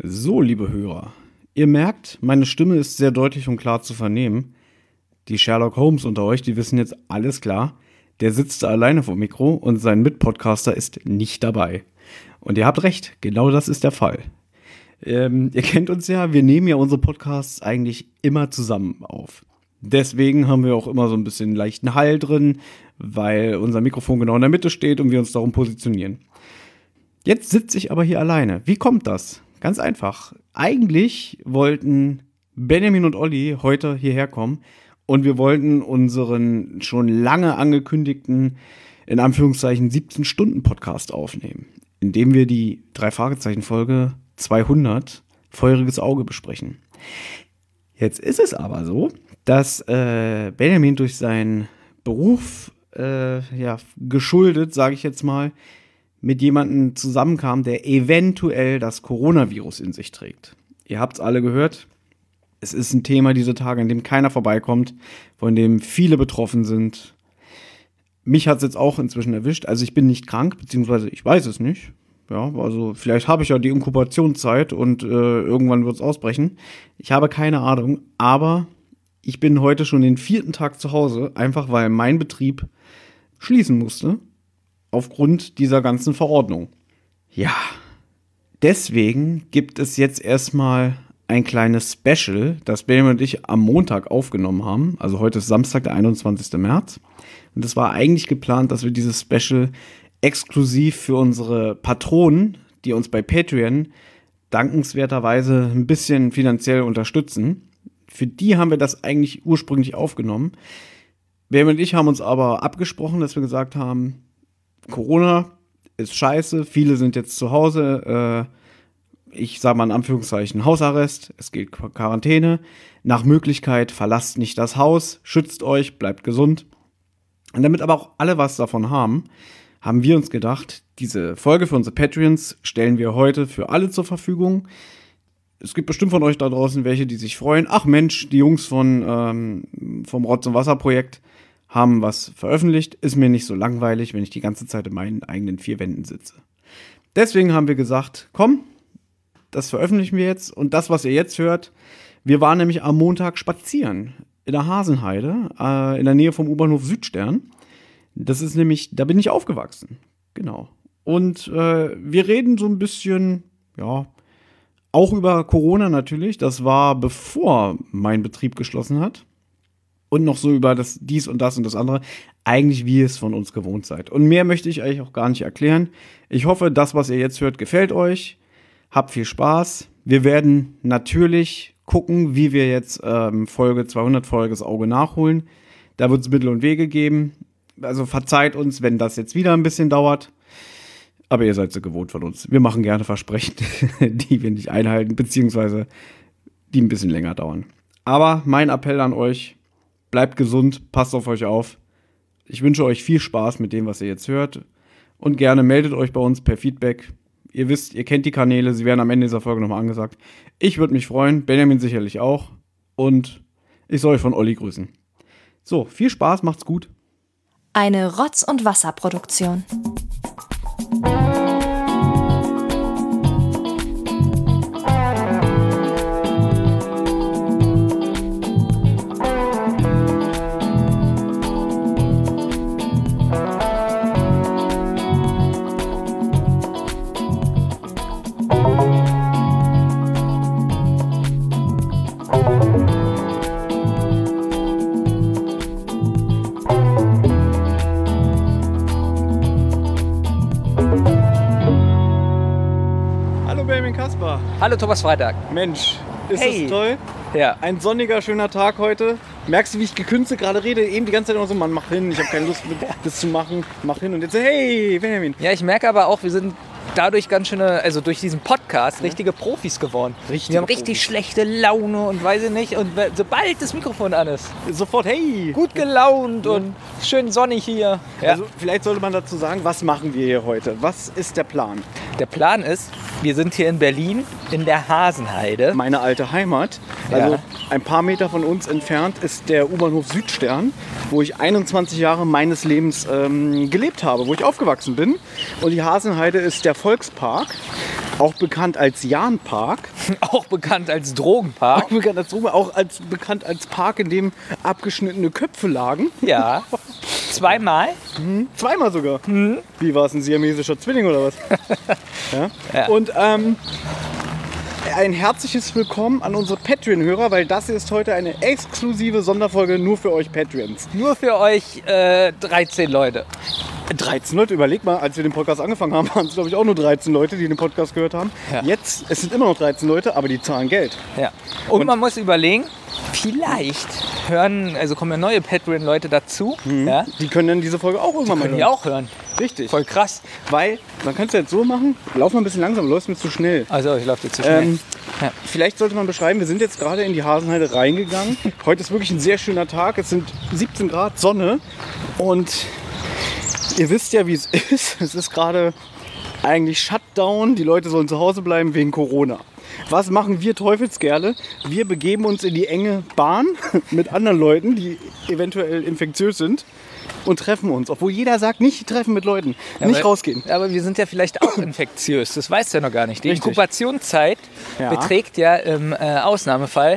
So, liebe Hörer, ihr merkt, meine Stimme ist sehr deutlich und klar zu vernehmen. Die Sherlock Holmes unter euch, die wissen jetzt alles klar. Der sitzt da alleine vor dem Mikro und sein Mitpodcaster ist nicht dabei. Und ihr habt recht, genau das ist der Fall. Ihr kennt uns ja, wir nehmen ja unsere Podcasts eigentlich immer zusammen auf. Deswegen haben wir auch immer so ein bisschen leichten Hall drin, weil unser Mikrofon genau in der Mitte steht und wir uns darum positionieren. Jetzt sitze ich aber hier alleine. Wie kommt das? Ganz einfach. Eigentlich wollten Benjamin und Olli heute hierher kommen und wir wollten unseren schon lange angekündigten, in Anführungszeichen, 17-Stunden-Podcast aufnehmen, in dem wir die 3-Fragezeichen-Folge 200 Feuriges Auge besprechen. Jetzt ist es aber so, dass Benjamin durch seinen Beruf geschuldet, sage ich jetzt mal, mit jemandem zusammenkam, der eventuell das Coronavirus in sich trägt. Ihr habt es alle gehört. Es ist ein Thema diese Tage, an dem keiner vorbeikommt, von dem viele betroffen sind. Mich hat es jetzt auch inzwischen erwischt. Also ich bin nicht krank, beziehungsweise ich weiß es nicht. Ja, also vielleicht habe ich ja die Inkubationszeit und irgendwann wird es ausbrechen. Ich habe keine Ahnung, aber ich bin heute schon den 4. Tag zu Hause, einfach weil mein Betrieb schließen musste, aufgrund dieser ganzen Verordnung. Ja, deswegen gibt es jetzt erstmal ein kleines Special, das Benjamin und ich am Montag aufgenommen haben. Also heute ist Samstag, der 21. März. Und es war eigentlich geplant, dass wir dieses Special exklusiv für unsere Patronen, die uns bei Patreon dankenswerterweise ein bisschen finanziell unterstützen. Für die haben wir das eigentlich ursprünglich aufgenommen. Benjamin und ich haben uns aber abgesprochen, dass wir gesagt haben, Corona ist scheiße, viele sind jetzt zu Hause, ich sage mal in Anführungszeichen Hausarrest, es gilt Quarantäne, nach Möglichkeit verlasst nicht das Haus, schützt euch, bleibt gesund. Und damit aber auch alle was davon haben wir uns gedacht, diese Folge für unsere Patreons stellen wir heute für alle zur Verfügung. Es gibt bestimmt von euch da draußen welche, die sich freuen. Ach Mensch, die Jungs vom Rotz- und Wasser-Projekt haben was veröffentlicht. Ist mir nicht so langweilig, wenn ich die ganze Zeit in meinen eigenen 4 Wänden sitze. Deswegen haben wir gesagt, komm, das veröffentlichen wir jetzt. Und das, was ihr jetzt hört, wir waren nämlich am Montag spazieren in der Hasenheide, in der Nähe vom U-Bahnhof Südstern. Das ist nämlich, da bin ich aufgewachsen. Genau. Und wir reden so ein bisschen, ja, auch über Corona natürlich. Das war bevor mein Betrieb geschlossen hat. Und noch so über das dies und das und das andere. Eigentlich, wie ihr es von uns gewohnt seid. Und mehr möchte ich euch auch gar nicht erklären. Ich hoffe, das, was ihr jetzt hört, gefällt euch. Habt viel Spaß. Wir werden natürlich gucken, wie wir jetzt Folge 200 Feuriges Auge nachholen. Da wird es Mittel und Wege geben. Also verzeiht uns, wenn das jetzt wieder ein bisschen dauert. Aber ihr seid so gewohnt von uns. Wir machen gerne Versprechen, die wir nicht einhalten, beziehungsweise die ein bisschen länger dauern. Aber mein Appell an euch, bleibt gesund, passt auf euch auf. Ich wünsche euch viel Spaß mit dem, was ihr jetzt hört. Und gerne meldet euch bei uns per Feedback. Ihr wisst, ihr kennt die Kanäle, sie werden am Ende dieser Folge nochmal angesagt. Ich würde mich freuen, Benjamin sicherlich auch. Und ich soll euch von Olli grüßen. So, viel Spaß, macht's gut. Eine Rotz- und Wasserproduktion. Hallo Thomas Freitag. Mensch, ist Hey. das toll? Ja. Ein sonniger, schöner Tag heute. Merkst du, wie ich gekünstelt gerade rede? Eben die ganze Zeit immer so, Mann, mach hin, ich habe keine Lust, das zu machen. Mach hin und jetzt so, hey, Benjamin. Ja, ich merke aber auch, wir sind dadurch ganz schöne, also durch diesen Podcast, richtige Profis geworden. Wir haben richtig schlechte Laune und weiß ich nicht. Und sobald das Mikrofon an ist, Sofort, hey. gut gelaunt und schön sonnig hier. Ja. Also vielleicht sollte man dazu sagen, was machen wir hier heute? Was ist der Plan? Der Plan ist, wir sind hier in Berlin in der Hasenheide. Meine alte Heimat. Also Ja. ein paar Meter von uns entfernt ist der U-Bahnhof Südstern, wo ich 21 Jahre meines Lebens gelebt habe, wo ich aufgewachsen bin. Und die Hasenheide ist der Volkspark. Auch bekannt als Jahnpark. Auch bekannt als Drogenpark. Bekannt als Park, in dem abgeschnittene Köpfe lagen. Ja. Zweimal. Zweimal sogar. Wie war es, ein siamesischer Zwilling oder was? Ja. Und ein herzliches Willkommen an unsere Patreon-Hörer, weil das ist heute eine exklusive Sonderfolge nur für euch Patreons. Nur für euch 13 Leute. 13 Leute, überleg mal, als wir den Podcast angefangen haben, waren es glaube ich auch nur 13 Leute, die den Podcast gehört haben. Ja. Jetzt, es sind immer noch 13 Leute, aber die zahlen Geld. Ja. Und man muss überlegen, vielleicht kommen ja neue Patreon-Leute dazu. Ja? Die können dann diese Folge auch irgendwann mal hören. Die auch hören. Richtig. Voll krass. Weil, man kann es ja jetzt so machen, lauf mal ein bisschen langsam, du läufst mir zu schnell. Also ich laufe dir zu schnell. Vielleicht sollte man beschreiben, wir sind jetzt gerade in die Hasenheide reingegangen. Heute ist wirklich ein sehr schöner Tag, es sind 17 Grad Sonne und ihr wisst ja, wie es ist. Es ist gerade eigentlich Shutdown, die Leute sollen zu Hause bleiben wegen Corona. Was machen wir Teufelskerle? Wir begeben uns in die enge Bahn mit anderen Leuten, die eventuell infektiös sind und treffen uns. Obwohl jeder sagt, nicht treffen mit Leuten, nicht rausgehen. Aber wir sind ja vielleicht auch infektiös, das weißt du ja noch gar nicht. Die Richtig. Inkubationszeit beträgt ja im Ausnahmefall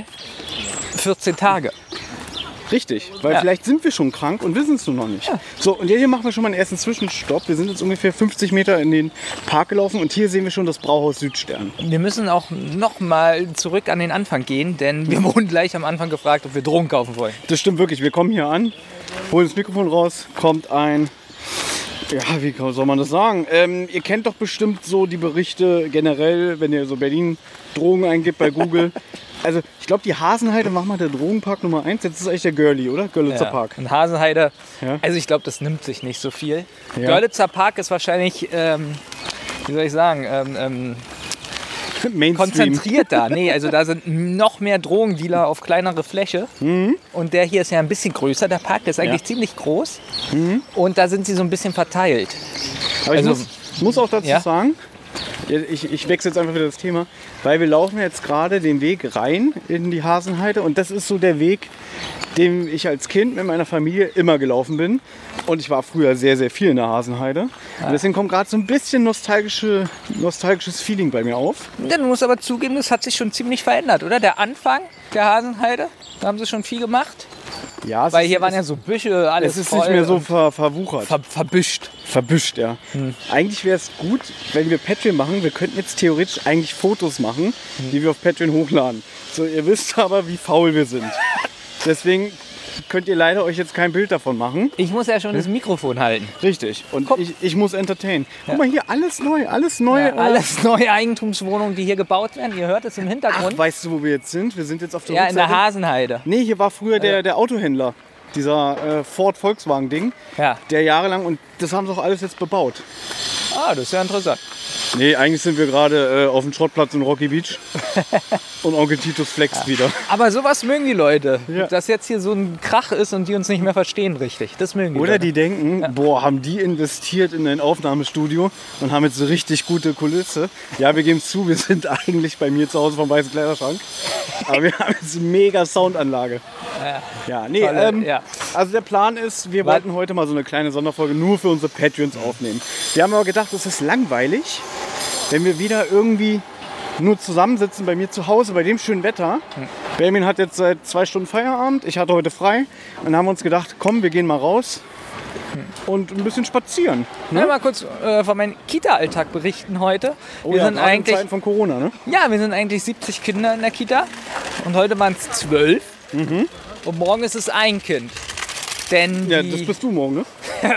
14 Tage. Richtig, weil vielleicht sind wir schon krank und wissen es nur noch nicht. Ja. So, und hier machen wir schon mal einen ersten Zwischenstopp. Wir sind jetzt ungefähr 50 Meter in den Park gelaufen und hier sehen wir schon das Brauhaus Südstern. Wir müssen auch noch mal zurück an den Anfang gehen, denn wir wurden gleich am Anfang gefragt, ob wir Drogen kaufen wollen. Das stimmt wirklich. Wir kommen hier an, holen das Mikrofon raus, kommt ein... Ja, wie soll man das sagen? Ihr kennt doch bestimmt so die Berichte generell, wenn ihr so Berlin Drogen eingibt bei Google. Also ich glaube, die Hasenheide, mach mal der Drogenpark Nummer 1. Jetzt ist eigentlich der Görli, oder? Görlitzer Park. Und Hasenheide, Ja. also ich glaube, das nimmt sich nicht so viel. Ja. Görlitzer Park ist wahrscheinlich, wie soll ich sagen, Mainstream. konzentrierter. Nee, also da sind noch mehr Drogendealer auf kleinere Fläche. Und der hier ist ja ein bisschen größer, der Park. Der ist eigentlich ziemlich groß. Und da sind sie so ein bisschen verteilt. Aber Also- ich muss auch dazu sagen, ich wechsle jetzt einfach wieder das Thema, weil wir laufen jetzt gerade den Weg rein in die Hasenheide und das ist so der Weg, den ich als Kind mit meiner Familie immer gelaufen bin. Und ich war früher sehr, sehr viel in der Hasenheide. Und deswegen kommt gerade so ein bisschen nostalgisches Feeling bei mir auf. Ja, du musst aber zugeben, das hat sich schon ziemlich verändert, oder? Der Anfang der Hasenheide, da haben sie schon viel gemacht. Ja, Weil hier waren ja so Büsche, alles es ist voll nicht mehr so und verwuchert. verbüscht. Verbüscht, ja. Eigentlich wäre es gut, wenn wir Patreon machen. Wir könnten jetzt theoretisch eigentlich Fotos machen, die wir auf Patreon hochladen. So, ihr wisst aber, wie faul wir sind. Deswegen könnt ihr leider euch jetzt kein Bild davon machen. Ich muss ja schon das Mikrofon halten. Richtig. Und ich muss entertainen. Guck mal hier, alles neu, alles neu. Ja, alles neue Eigentumswohnungen, die hier gebaut werden. Ihr hört es im Hintergrund. Ach, weißt du, wo wir jetzt sind? Wir sind jetzt auf der Ja, in der Rückseite. Hasenheide. Nee, hier war früher der Autohändler. Dieser Ford-Volkswagen-Ding. Ja. Der jahrelang, und das haben sie auch alles jetzt bebaut. Ah, das ist ja interessant. Nee, eigentlich sind wir gerade auf dem Schrottplatz in Rocky Beach. Und Onkel Titus flext wieder. Aber sowas mögen die Leute. Ja. Dass jetzt hier so ein Krach ist und die uns nicht mehr verstehen richtig. Das mögen die Oder Leute. die denken, boah, haben die investiert in ein Aufnahmestudio und haben jetzt eine richtig gute Kulisse. Ja, wir geben es zu, wir sind eigentlich bei mir zu Hause vom Weißen Kleiderschrank. Aber wir haben jetzt eine mega Soundanlage. Ja, nee, ja. also der Plan ist, wir wollten heute mal so eine kleine Sonderfolge nur für unsere Patreons aufnehmen. Wir haben aber gedacht, es ist langweilig, wenn wir wieder irgendwie nur zusammensitzen bei mir zu Hause bei dem schönen Wetter. Benjamin hat jetzt seit 2 Stunden Feierabend, ich hatte heute frei. Und dann haben wir uns gedacht, komm, wir gehen mal raus und ein bisschen spazieren. Ich will mal kurz von meinem Kita-Alltag berichten heute. Oh Wir ja, sind gerade in eigentlich, Zeiten von Corona, ne? ja, wir sind eigentlich 70 Kinder in der Kita und heute waren es 12 und morgen ist es ein Kind. Denn Ja, die, das bist du morgen, ne?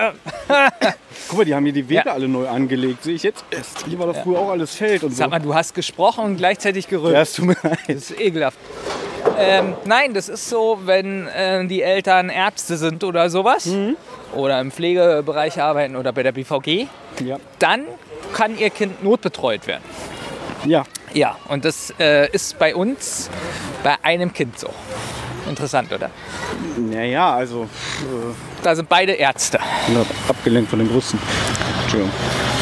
Guck mal, die haben hier die Wege alle neu angelegt, sehe ich jetzt erst. Hier war doch früher auch alles Feld und so. sag mal, du hast gesprochen und gleichzeitig gerülpt. Ja, es tut mir leid. Das ist ekelhaft. Nein, das ist so, wenn die Eltern Ärzte sind oder sowas oder im Pflegebereich arbeiten oder bei der BVG, Ja. dann kann ihr Kind notbetreut werden. Ja. Ja, und das ist bei uns bei einem Kind so. Interessant, oder? Naja, also Da sind beide Ärzte. abgelenkt von den Brüsten. Entschuldigung.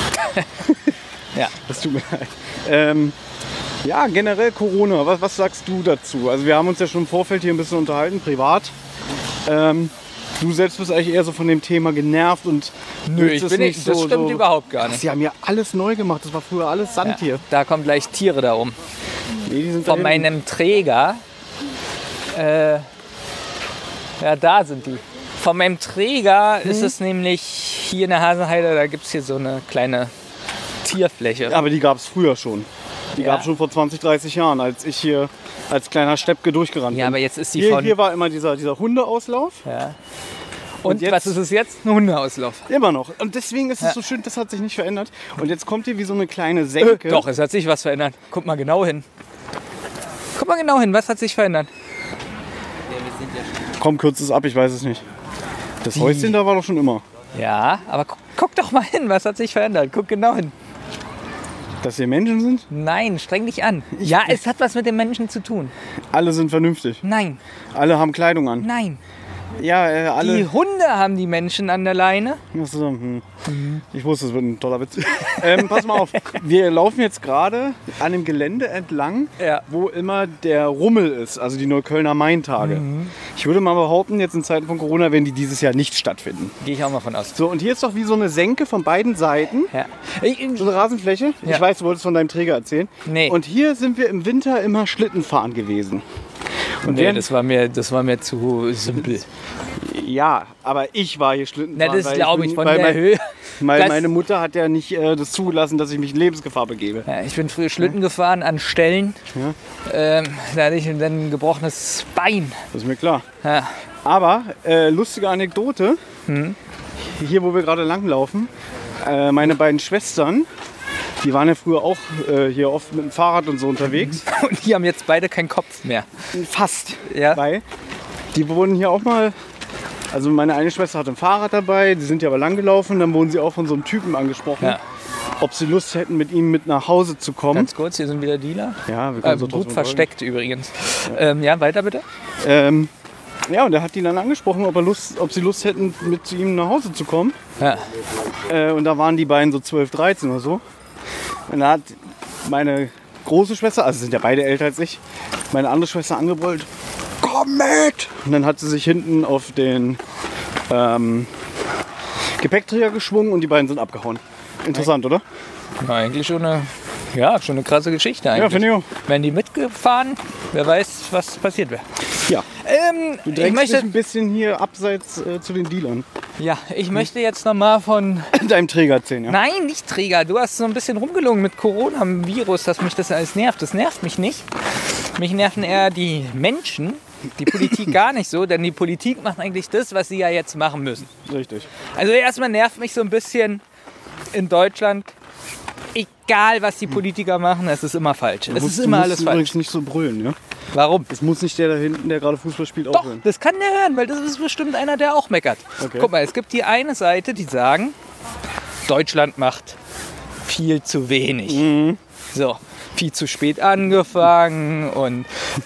Ja. Das tut mir leid. Ja, generell Corona, was sagst du dazu? Also wir haben uns ja schon im Vorfeld hier ein bisschen unterhalten, privat. Du selbst bist eigentlich eher so von dem Thema genervt und Nö, ich bin nicht, das stimmt überhaupt gar nicht. Sie haben ja alles neu gemacht, das war früher alles Sand hier. Da kommen gleich Tiere da rum. Nee, die sind Von meinem Träger, ja, da sind die. Von meinem Träger ist es nämlich hier in der Hasenheide, da gibt es hier so eine kleine Tierfläche. Aber die gab es früher schon. Die gab es schon vor 20, 30 Jahren, als ich hier als kleiner Steppke durchgerannt bin. Ja, aber jetzt ist die Hier war immer dieser Hundeauslauf. Ja. Und jetzt, was ist es jetzt? Ein Hundeauslauf. Immer noch. Und deswegen ist es so schön, das hat sich nicht verändert. Und jetzt kommt hier wie so eine kleine Senke. Doch, es hat sich was verändert. Guck mal genau hin. Guck mal genau hin, was hat sich verändert? Komm, kürzt es ab, ich weiß es nicht. Das Häuschen da war doch schon immer. Ja, aber guck doch mal hin, was hat sich verändert? Guck genau hin. Dass hier Menschen sind? Nein, streng dich an. Ja, es hat was mit den Menschen zu tun. Alle sind vernünftig. Nein, Alle haben Kleidung an. nein. Ja, alle. Die Hunde haben die Menschen an der Leine. Achso, Ich wusste, es wird ein toller Witz. Pass mal auf, wir laufen jetzt gerade an dem Gelände entlang, Ja. wo immer der Rummel ist, also die Neuköllner Maintage. Ich würde mal behaupten, jetzt in Zeiten von Corona werden die dieses Jahr nicht stattfinden. Gehe ich auch mal von aus. So, und hier ist doch wie so eine Senke von beiden Seiten. Ja. So eine Rasenfläche. Ja. Ich weiß, du wolltest von deinem Träger erzählen. Nee. Und hier sind wir im Winter immer Schlittenfahren gewesen. Und Nee, das war mir zu simpel. ja, aber ich war hier Schlittenfahren. Na, das weil glaube ich, von weil der Höhe. Weil Das- meine Mutter hat ja nicht das zugelassen, dass ich mich in Lebensgefahr begebe. Ja, ich bin früher Schlitten gefahren an Stellen. Da hatte ich dann ein gebrochenes Bein. Das ist mir klar. Ja. Aber lustige Anekdote. Hier, wo wir gerade langlaufen, meine beiden Schwestern, die waren ja früher auch hier oft mit dem Fahrrad und so unterwegs. Und die haben jetzt beide keinen Kopf mehr. Fast. Ja. Weil die wurden hier auch mal, also meine eine Schwester hatte ein Fahrrad dabei, die sind ja aber lang gelaufen, dann wurden sie auch von so einem Typen angesprochen, Ja. ob sie Lust hätten, mit ihm mit nach Hause zu kommen. Ganz kurz, hier sind wieder Dealer. Ja, wir können so Gut trotzdem versteckt übrigens. Ja, weiter bitte. Ja, und er hat die dann angesprochen, ob sie Lust hätten, mit zu ihm nach Hause zu kommen. Ja. Und da waren die beiden so 12, 13 oder so. Und da hat meine große Schwester, also sind ja beide älter als ich, meine andere Schwester angebrüllt, komm mit! Und dann hat sie sich hinten auf den Gepäckträger geschwungen und die beiden sind abgehauen. Interessant, oder? Na, eigentlich schon eine krasse Geschichte eigentlich. Ja, finde ich auch. Wären die mitgefahren, wer weiß, was passiert wäre. Ja. Du Ich drängst dich möchte, ein bisschen hier abseits zu den Dealern. ich möchte jetzt nochmal von... Deinem Träger erzählen, ja? Nein, nicht Träger. Du hast so ein bisschen rumgelungen mit Corona-Virus, dass mich das alles nervt. Das nervt mich nicht. Mich nerven eher die Menschen, die Politik gar nicht so, denn die Politik macht eigentlich das, was sie ja jetzt machen müssen. Richtig. Also erstmal nervt mich so ein bisschen in Deutschland, egal was die Politiker machen, es ist immer falsch. Es ist immer alles falsch. übrigens nicht so brüllen, ja? Warum? Es muss nicht der da hinten, der gerade Fußball spielt, auch Doch, hören. das kann der hören, weil das ist bestimmt einer, der auch meckert. Okay. Guck mal, es gibt die eine Seite, die sagen, Deutschland macht viel zu wenig. So, viel zu spät angefangen und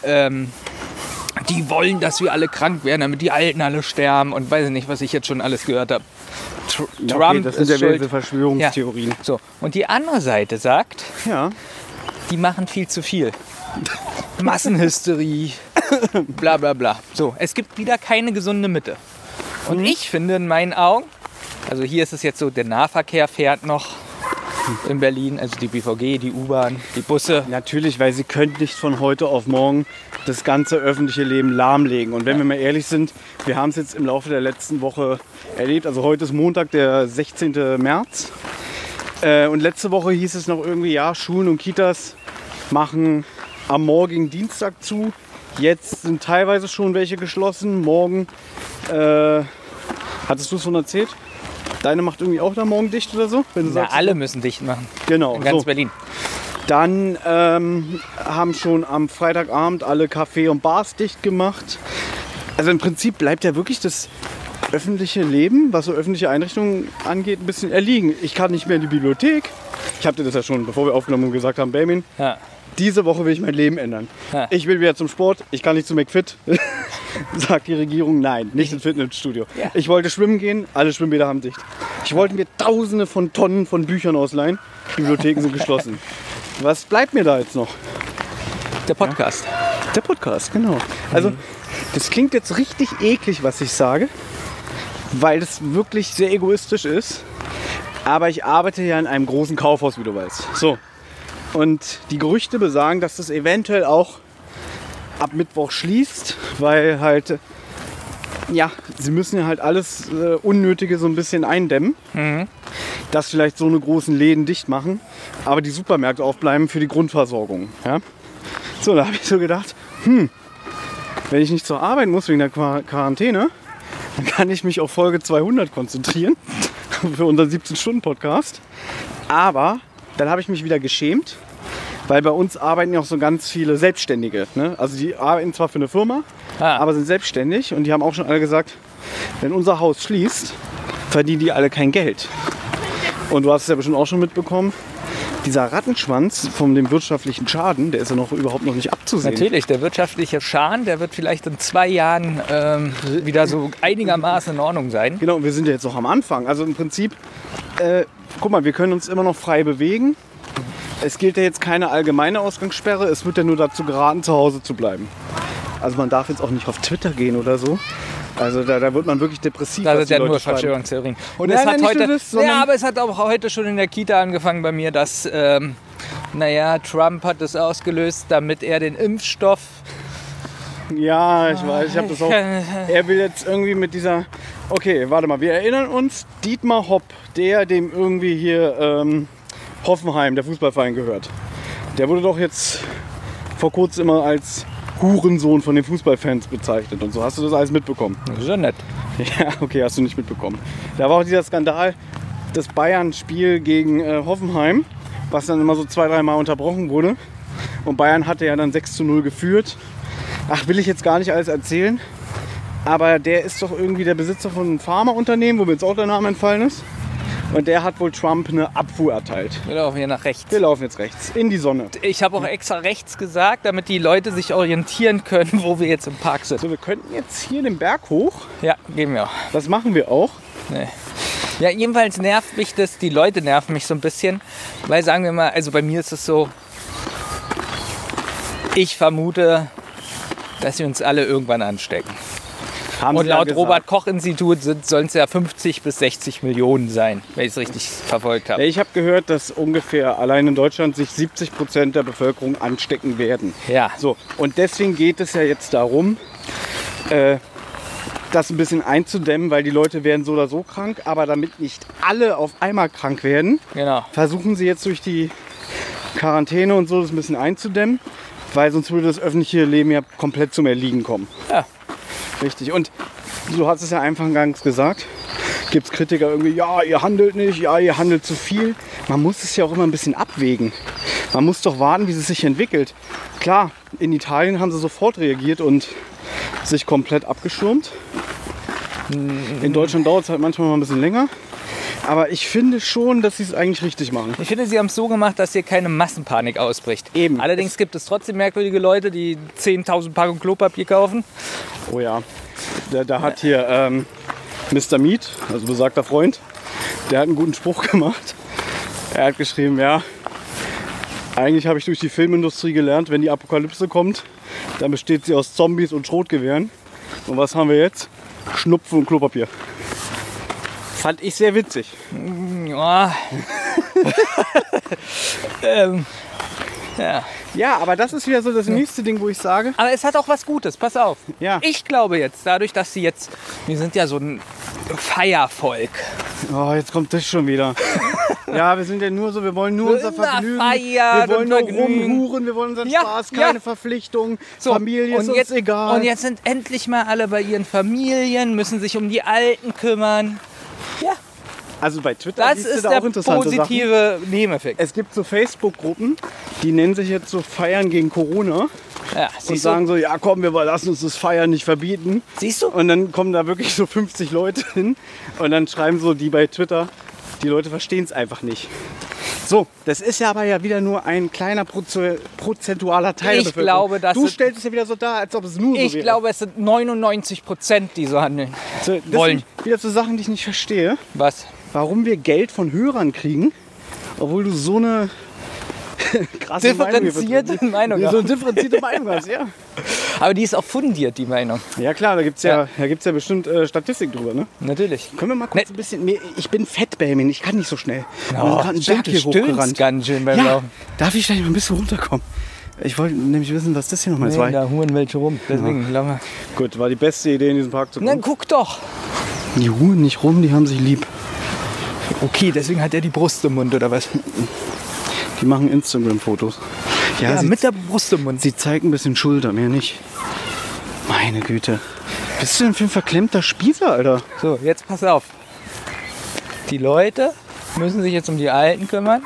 die wollen, dass wir alle krank werden, damit die Alten alle sterben und weiß ich nicht, was ich jetzt schon alles gehört habe. Ja, Trump okay, das sind ist ja wieder schuld. diese Verschwörungstheorien. So, und die andere Seite sagt, Ja. die machen viel zu viel. Massenhysterie, bla bla bla. So, es gibt wieder keine gesunde Mitte. Und ich finde in meinen Augen, also hier ist es jetzt so, der Nahverkehr fährt noch in Berlin, also die BVG, die U-Bahn, die Busse. Natürlich, weil sie können nicht von heute auf morgen das ganze öffentliche Leben lahmlegen. Und wenn wir mal ehrlich sind, wir haben es jetzt im Laufe der letzten Woche erlebt. Also heute ist Montag, der 16. März. Und letzte Woche hieß es noch irgendwie, ja, Schulen und Kitas machen am morgigen Dienstag zu. Jetzt sind teilweise schon welche geschlossen. Morgen, hattest du es schon erzählt? Deine macht irgendwie auch da morgen dicht oder so? Wenn du Ja, sagst, alle müssen dicht machen. Genau, In ganz so. Berlin. Dann haben schon am Freitagabend alle Café und Bars dicht gemacht. Also im Prinzip bleibt ja wirklich das öffentliche Leben, was so öffentliche Einrichtungen angeht, ein bisschen erliegen. Ich kann nicht mehr in die Bibliothek. Ich habe dir das ja schon, bevor wir aufgenommen haben, gesagt haben, Benjamin, Ja. diese Woche will ich mein Leben ändern. Ja. Ich will wieder zum Sport, ich kann nicht zu McFit. Sagt die Regierung, nein, nicht ins Fitnessstudio. Ja. Ich wollte schwimmen gehen, alle Schwimmbäder haben dicht. Ich wollte mir tausende von Tonnen von Büchern ausleihen, Bibliotheken sind geschlossen. Was bleibt mir da jetzt noch? Der Podcast. Der Podcast, genau. Also, das klingt jetzt richtig eklig, was ich sage. weil das wirklich sehr egoistisch ist. Aber ich arbeite ja in einem großen Kaufhaus, wie du weißt. So. Und die Gerüchte besagen, dass das eventuell auch ab Mittwoch schließt, weil halt, ja, sie müssen ja halt alles Unnötige so ein bisschen eindämmen. Dass vielleicht so eine großen Läden dicht machen, aber die Supermärkte aufbleiben für die Grundversorgung. Ja? So, da habe ich so gedacht, wenn ich nicht zur Arbeit muss wegen der Quarantäne, dann kann ich mich auf Folge 200 konzentrieren für unseren 17-Stunden-Podcast. Aber dann habe ich mich wieder geschämt, weil bei uns arbeiten ja auch so ganz viele Selbstständige. Ne? Also die arbeiten zwar für eine Firma, aber sind selbstständig und die haben auch schon alle gesagt, wenn unser Haus schließt, verdienen die alle kein Geld. Und du hast es ja bestimmt auch schon mitbekommen, dieser Rattenschwanz von dem wirtschaftlichen Schaden, der ist ja überhaupt noch nicht abzusehen. Natürlich, der wirtschaftliche Schaden, der wird vielleicht in 2 Jahren wieder so einigermaßen in Ordnung sein. Genau, und wir sind ja jetzt noch am Anfang. Also im Prinzip, guck mal, wir können uns immer noch frei bewegen. Es gilt ja jetzt keine allgemeine Ausgangssperre, es wird ja nur dazu geraten, zu Hause zu bleiben. Also man darf jetzt auch nicht auf Twitter gehen oder so. Also da wird man wirklich depressiv. Das ist ja nur Verschwörungstheorien. Und es hat heute, aber es hat auch heute schon in der Kita angefangen bei mir, dass Trump hat es ausgelöst, damit er den Impfstoff. Ja, ich weiß, ich habe das auch. Er will jetzt irgendwie mit dieser. Okay, warte mal, wir erinnern uns, Dietmar Hopp, dem irgendwie hier Hoffenheim, der Fußballverein gehört. Der wurde doch jetzt vor kurzem immer als Hurensohn von den Fußballfans bezeichnet und so. Hast du das alles mitbekommen? Das ist ja nett. Ja, okay, hast du nicht mitbekommen. Da war auch dieser Skandal, das Bayern-Spiel gegen Hoffenheim, was dann immer so 2-3 Mal unterbrochen wurde. Und Bayern hatte ja dann 6:0 geführt. Ach, will ich jetzt gar nicht alles erzählen. Aber der ist doch irgendwie der Besitzer von einem Pharmaunternehmen, wo mir jetzt auch der Name entfallen ist. Und der hat wohl Trump eine Abfuhr erteilt. Wir laufen hier nach rechts. Wir laufen jetzt rechts, in die Sonne. Ich habe auch extra rechts gesagt, damit die Leute sich orientieren können, wo wir jetzt im Park sind. So, wir könnten jetzt hier den Berg hoch. Ja, gehen wir auch. Das machen wir auch. Nee. Ja, jedenfalls nervt mich das, die Leute nerven mich so ein bisschen. Weil, sagen wir mal, also bei mir ist es so, ich vermute, dass sie uns alle irgendwann anstecken. Und laut Robert-Koch-Institut sollen es ja 50 bis 60 Millionen sein, wenn ich es richtig verfolgt habe. Ich habe gehört, dass ungefähr allein in Deutschland sich 70% der Bevölkerung anstecken werden. Ja. So, und deswegen geht es ja jetzt darum, das ein bisschen einzudämmen, weil die Leute werden so oder so krank. Aber damit nicht alle auf einmal krank werden, genau, versuchen sie jetzt durch die Quarantäne und so das ein bisschen einzudämmen. Weil sonst würde das öffentliche Leben ja komplett zum Erliegen kommen. Ja. Richtig. Und du hast es ja eingangs gesagt, gibt es Kritiker irgendwie, ja, ihr handelt nicht, ja, ihr handelt zu viel. Man muss es ja auch immer ein bisschen abwägen. Man muss doch warten, wie es sich entwickelt. Klar, in Italien haben sie sofort reagiert und sich komplett abgeschirmt. In Deutschland dauert es halt manchmal mal ein bisschen länger. Aber ich finde schon, dass sie es eigentlich richtig machen. Ich finde, sie haben es so gemacht, dass hier keine Massenpanik ausbricht. Eben. Allerdings gibt es trotzdem merkwürdige Leute, die 10.000 Packungen Klopapier kaufen. Oh ja. Da hat hier Mr. Meat, also besagter Freund, der hat einen guten Spruch gemacht. Er hat geschrieben, ja, eigentlich habe ich durch die Filmindustrie gelernt, wenn die Apokalypse kommt, dann besteht sie aus Zombies und Schrotgewehren. Und was haben wir jetzt? Schnupfen und Klopapier. Fand ich sehr witzig. Ja. Ja. Ja, aber das ist wieder so das nächste Ding, wo ich sage. Aber es hat auch was Gutes, pass auf. Ja. Ich glaube jetzt, dadurch, dass wir sind ja so ein Feiervolk. Oh, jetzt kommt das schon wieder. Ja, wir sind ja nur so, wir wollen nur unser Vergnügen. Wir wollen nur rumhuren, wir wollen unseren Spaß, keine Verpflichtung. So, Familie ist uns egal. Und jetzt sind endlich mal alle bei ihren Familien, müssen sich um die Alten kümmern. Ja. Also bei Twitter das ist der positive Nebeneffekt. Es gibt so Facebook-Gruppen, die nennen sich jetzt so Feiern gegen Corona. Ja, und sagen so, ja komm, wir lassen uns das Feiern nicht verbieten. Siehst du? Und dann kommen da wirklich so 50 Leute hin und dann schreiben so die bei Twitter, die Leute verstehen es einfach nicht. So, das ist ja aber ja wieder nur ein kleiner prozentualer Teil der Bevölkerung. Du stellst es ja wieder so dar, als ob es nur so wäre. Ich glaube, es sind 99%, die so handeln wollen. Sind wieder so Sachen, die ich nicht verstehe. Was? Warum wir Geld von Hörern kriegen, obwohl du so eine Krasse differenzierte Meinung. So eine differenzierte Meinung hast, ja. Aber die ist auch fundiert, die Meinung. Ja klar, da gibt's ja bestimmt Statistik drüber, ne? Natürlich. Können wir mal kurz ein bisschen mehr... Ich bin fett, Benjamin, ich kann nicht so schnell. Wir sind gerade einen stimmt, Berg hier du stöhnst hochgerannt. ganz schön beim Ja, Laufen. darf ich vielleicht mal ein bisschen runterkommen? Ich wollte nämlich wissen, was das hier nochmal ist. Nee, da huren welche rum. Deswegen, lass mal. Gut, war die beste Idee, in diesen Park zu Na, kommen. guck doch. Die huren nicht rum, die haben sich lieb. Okay, deswegen hat er die Brust im Mund, oder was? Die machen Instagram-Fotos. Ja, sie, mit der Brust im Mund. sie zeigen ein bisschen Schulter, mehr nicht. Meine Güte. Bist du denn für ein verklemmter Spießer, Alter? So, jetzt pass auf. Die Leute müssen sich jetzt um die Alten kümmern.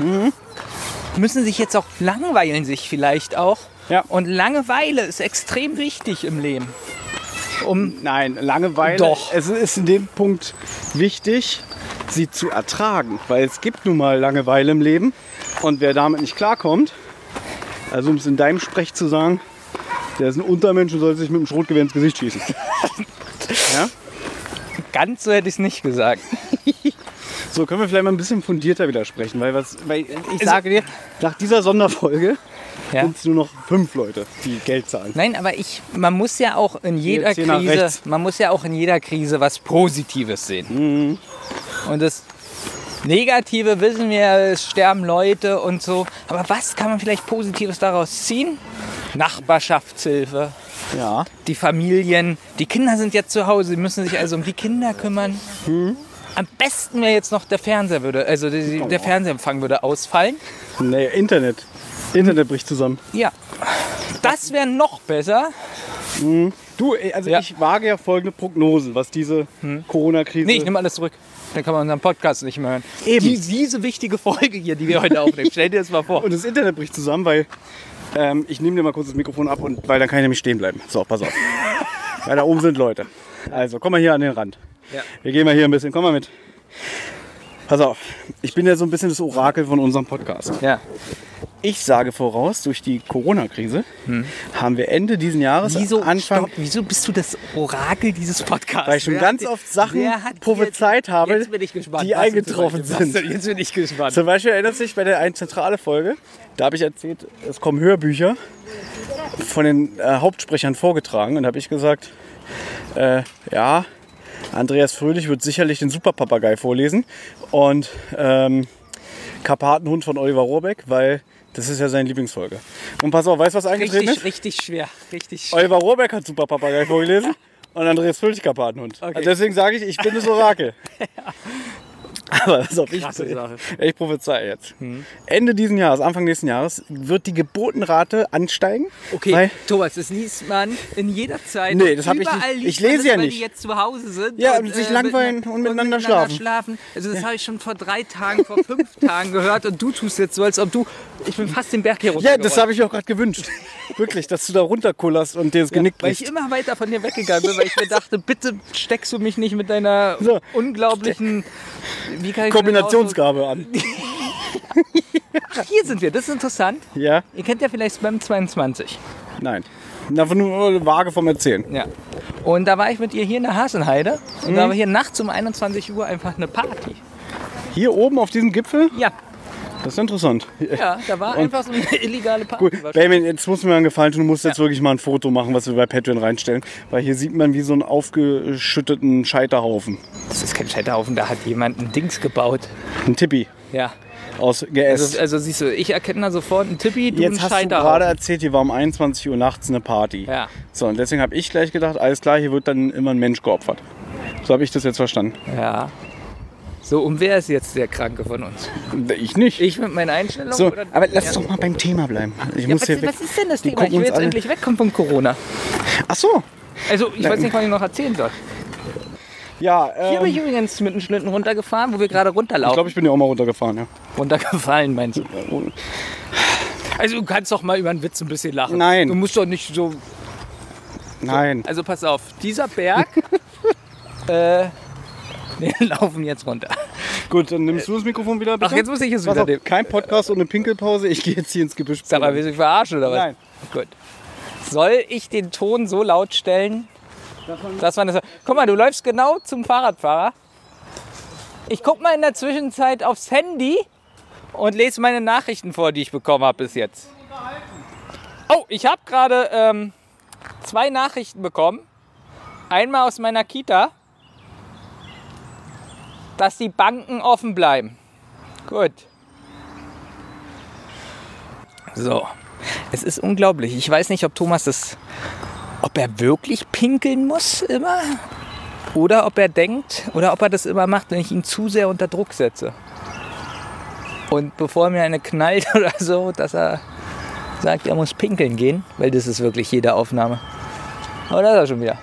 Müssen sich jetzt auch langweilen sich vielleicht auch. Ja. Und Langeweile ist extrem wichtig im Leben. Nein, Langeweile. Doch. Es ist in dem Punkt wichtig, sie zu ertragen. Weil es gibt nun mal Langeweile im Leben. Und wer damit nicht klarkommt, also um es in deinem Sprech zu sagen, der ist ein Untermensch und soll sich mit dem Schrotgewehr ins Gesicht schießen. Ja? Ganz so hätte ich es nicht gesagt. So, können wir vielleicht mal ein bisschen fundierter widersprechen. Weil ich sage dir, nach dieser Sonderfolge Ja. sind es nur noch 5 Leute, die Geld zahlen. Nein, aber man muss ja auch in jeder Jetzt hier nach Krise, rechts. man muss ja auch in jeder Krise was Positives sehen. Und das Negative wissen wir, es sterben Leute und so. Aber was kann man vielleicht Positives daraus ziehen? Nachbarschaftshilfe, Ja. die Familien, die Kinder sind jetzt zu Hause, sie müssen sich also um die Kinder kümmern. Am besten wäre jetzt noch der Fernseher der Fernsehempfang würde ausfallen. Nee, Internet. Internet bricht zusammen. Ja, das wäre noch besser. Du, also Ja. ich wage ja folgende Prognose, was diese Corona-Krise... Nee, ich nehme alles zurück. Dann kann man unseren Podcast nicht mehr hören. Eben. Diese wichtige Folge hier, die wir heute aufnehmen, stell dir das mal vor. Und das Internet bricht zusammen, weil ich nehme dir mal kurz das Mikrofon ab, weil dann kann ich nämlich stehen bleiben. So, pass auf. Weil da oben sind Leute. Also, komm mal hier an den Rand. Ja. Wir gehen mal hier ein bisschen, komm mal mit. Pass auf, ich bin ja so ein bisschen das Orakel von unserem Podcast. Ja. Ich sage voraus, durch die Corona-Krise haben wir Ende diesen Jahres, Wieso bist du das Orakel dieses Podcasts? weil ich schon ganz oft Sachen prophezeit habe, jetzt bin ich gespannt, die was du eingetroffen zum Beispiel sind. machst. Jetzt bin ich gespannt. Zum Beispiel erinnert sich bei der einen zentrale Folge, da habe ich erzählt, es kommen Hörbücher von den Hauptsprechern vorgetragen und da habe ich gesagt, ja, Andreas Fröhlich wird sicherlich den Superpapagei vorlesen und Karpatenhund von Oliver Rohrbeck, weil das ist ja seine Lieblingsfolge. Und pass auf, weißt du, was eingetreten ist? Richtig schwer. Richtig schwer. Oliver Rohrbeck hat Superpapagei vorgelesen und Andreas Fröhlich Karpatenhund. Okay. Also deswegen sage ich bin das Orakel. Aber pass auf, Krasse Sache. ich prophezei jetzt. Ende diesen Jahres, Anfang nächsten Jahres, wird die Geburtenrate ansteigen. Okay, Weil, Thomas, das liest man in jeder Zeit. Nee, das hab ich Überall nicht. liest Ich lese man das, ja weil nicht. die jetzt zu Hause sind. Ja, und sich langweilen und miteinander schlafen. Also das habe ich schon vor 3 Tagen, vor 5 Tagen gehört und du tust jetzt so, als ob du... Ich bin fast den Berg hier runter. ja, das habe ich auch gerade gewünscht. Wirklich, dass du da runterkullerst und dir das Genick Weil ich brichst. immer weiter von dir weggegangen bin, weil ich mir dachte, bitte steckst du mich nicht mit deiner So. unglaublichen... Wie kann ich Kombinationsgabe an. Ach, hier sind wir, das ist interessant. Ja? Ihr kennt ja vielleicht Spam 22. Nein. Einfach nur vage vom Erzählen. Ja. Und da war ich mit ihr hier in der Hasenheide und da war hier nachts um 21 Uhr einfach eine Party. Hier oben auf diesem Gipfel, Ja, das ist interessant. ja, da war einfach so eine illegale Party. Gut, Benjamin, jetzt musst du mir einen Gefallen tun. Du musst jetzt wirklich mal ein Foto machen, was wir bei Patreon reinstellen. Weil hier sieht man wie so einen aufgeschütteten Scheiterhaufen. Das ist kein Scheiterhaufen, da hat jemand ein Dings gebaut. Ein Tippi Ja. aus geäst. Also siehst du, ich erkenne da sofort einen Tippi, du Jetzt einen hast du Scheiterhaufen. gerade erzählt, hier war um 21 Uhr nachts eine Party. Ja. So, und deswegen habe ich gleich gedacht, alles klar, hier wird dann immer ein Mensch geopfert. So habe ich das jetzt verstanden. Ja. So, und wer ist jetzt der Kranke von uns? Ich nicht. Ich mit meinen Einstellungen? So, oder? aber lass Ja. doch mal beim Thema bleiben. Ich Ja, muss hier weg. was ist denn das Die Thema? Ich gucken will uns jetzt alle- endlich wegkommen von Corona. Ach so. Also, ich weiß nicht, was ich noch erzählen soll. Ja, Hier bin ich übrigens mit einem Schlitten runtergefahren, wo wir gerade ich runterlaufen. glaube, ich bin ja auch mal runtergefahren. Ja. Runtergefallen, meinst du? Also, du kannst doch mal über einen Witz ein bisschen lachen. Nein. Du musst doch nicht so... Nein. Also, pass auf. Dieser Berg... wir laufen jetzt runter. Gut, dann nimmst du das Mikrofon wieder, bitte. Ach, jetzt muss ich es Pass wieder auf, nehmen. kein Podcast ohne Pinkelpause. Ich gehe jetzt hier ins Gebüsch. Sag mal, willst du mich verarschen oder was? Nein. Gut. Soll ich den Ton so laut stellen, dass man das... Guck mal, du läufst genau zum Fahrradfahrer. Ich guck mal in der Zwischenzeit aufs Handy und lese meine Nachrichten vor, die ich bekommen habe bis jetzt. Oh, ich habe gerade 2 Nachrichten bekommen. Einmal aus meiner Kita, dass die Banken offen bleiben. Gut. So, es ist unglaublich. Ich weiß nicht, ob ob er wirklich pinkeln muss immer oder ob er denkt oder ob er das immer macht, wenn ich ihn zu sehr unter Druck setze. Und bevor mir eine knallt oder so, dass er sagt, er muss pinkeln gehen, weil das ist wirklich jede Aufnahme. Aber da ist er schon wieder.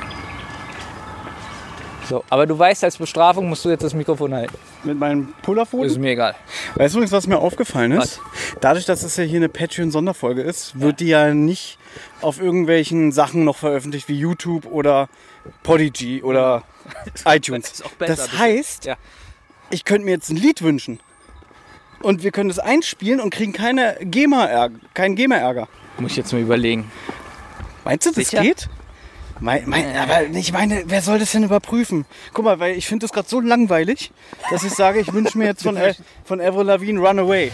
So, aber du weißt, als Bestrafung musst du jetzt das Mikrofon halten. Mit meinem Pullerfoto? Ist mir egal. Weißt du übrigens, was mir aufgefallen ist? Was? Dadurch, dass es ja hier eine Patreon-Sonderfolge ist, wird die ja nicht auf irgendwelchen Sachen noch veröffentlicht wie YouTube oder Podigy oder iTunes. ist auch besser, Das heißt, ja. ich könnte mir jetzt ein Lied wünschen. Und wir können das einspielen und kriegen keinen GEMA-Ärger. Muss ich jetzt mal überlegen. Meinst du, das Sicher? geht? Aber ich meine, wer soll das denn überprüfen? Guck mal, weil ich finde das gerade so langweilig, dass ich sage, ich wünsche mir jetzt von Avril Lavigne Runaway.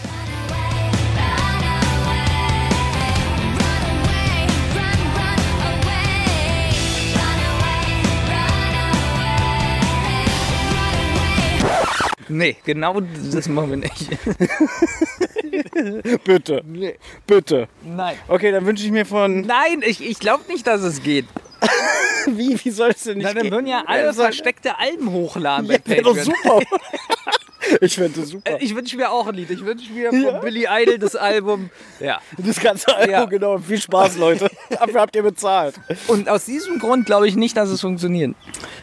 Nee, genau das machen wir nicht. Bitte, Nee. bitte. Nein. Okay, dann wünsche ich mir von... Nein, ich glaube nicht, dass es geht. Wie soll es denn nicht Na, dann gehen? würden ja alle versteckte Alben hochladen bei Ja, wäre doch Patreon. super. Ich fände das super. Ich wünsche mir auch ein Lied. Ich wünsche mir von Billy Idol das Album. Ja. Das ganze Album, Ja. genau. Viel Spaß, Leute. Dafür habt ihr bezahlt. Und aus diesem Grund glaube ich nicht, dass es funktioniert.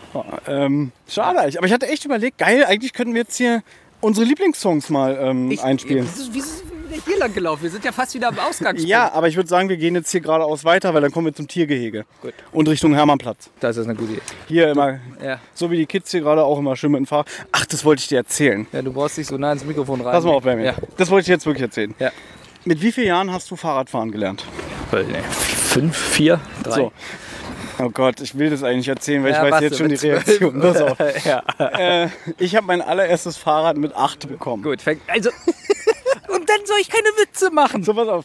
Schade eigentlich. Aber ich hatte echt überlegt, geil, eigentlich könnten wir jetzt hier unsere Lieblingssongs mal einspielen. Wie ist es hier lang gelaufen? Wir sind ja fast wieder am Ausgangspunkt. Ja, aber ich würde sagen, wir gehen jetzt hier geradeaus weiter, weil dann kommen wir zum Tiergehege. Gut. Und Richtung Hermannplatz. Das ist eine gute Idee. Hier immer, Ja. so wie die Kids hier gerade auch immer schön mit dem Fahrrad. Ach, das wollte ich dir erzählen. Ja, du brauchst nicht so nah ins Mikrofon rein. Pass mal auf bei mir. Ja. Das wollte ich jetzt wirklich erzählen. Ja. Mit wie vielen Jahren hast du Fahrradfahren gelernt? 5, 4, 3. So. Oh Gott, ich will das eigentlich erzählen, weil Ja, ich weiß warte, jetzt schon die mit 12. Reaktion. Pass auf. Ja. Ich habe mein allererstes Fahrrad mit 8 bekommen. Gut, also. Und dann soll ich keine Witze machen. So, pass auf.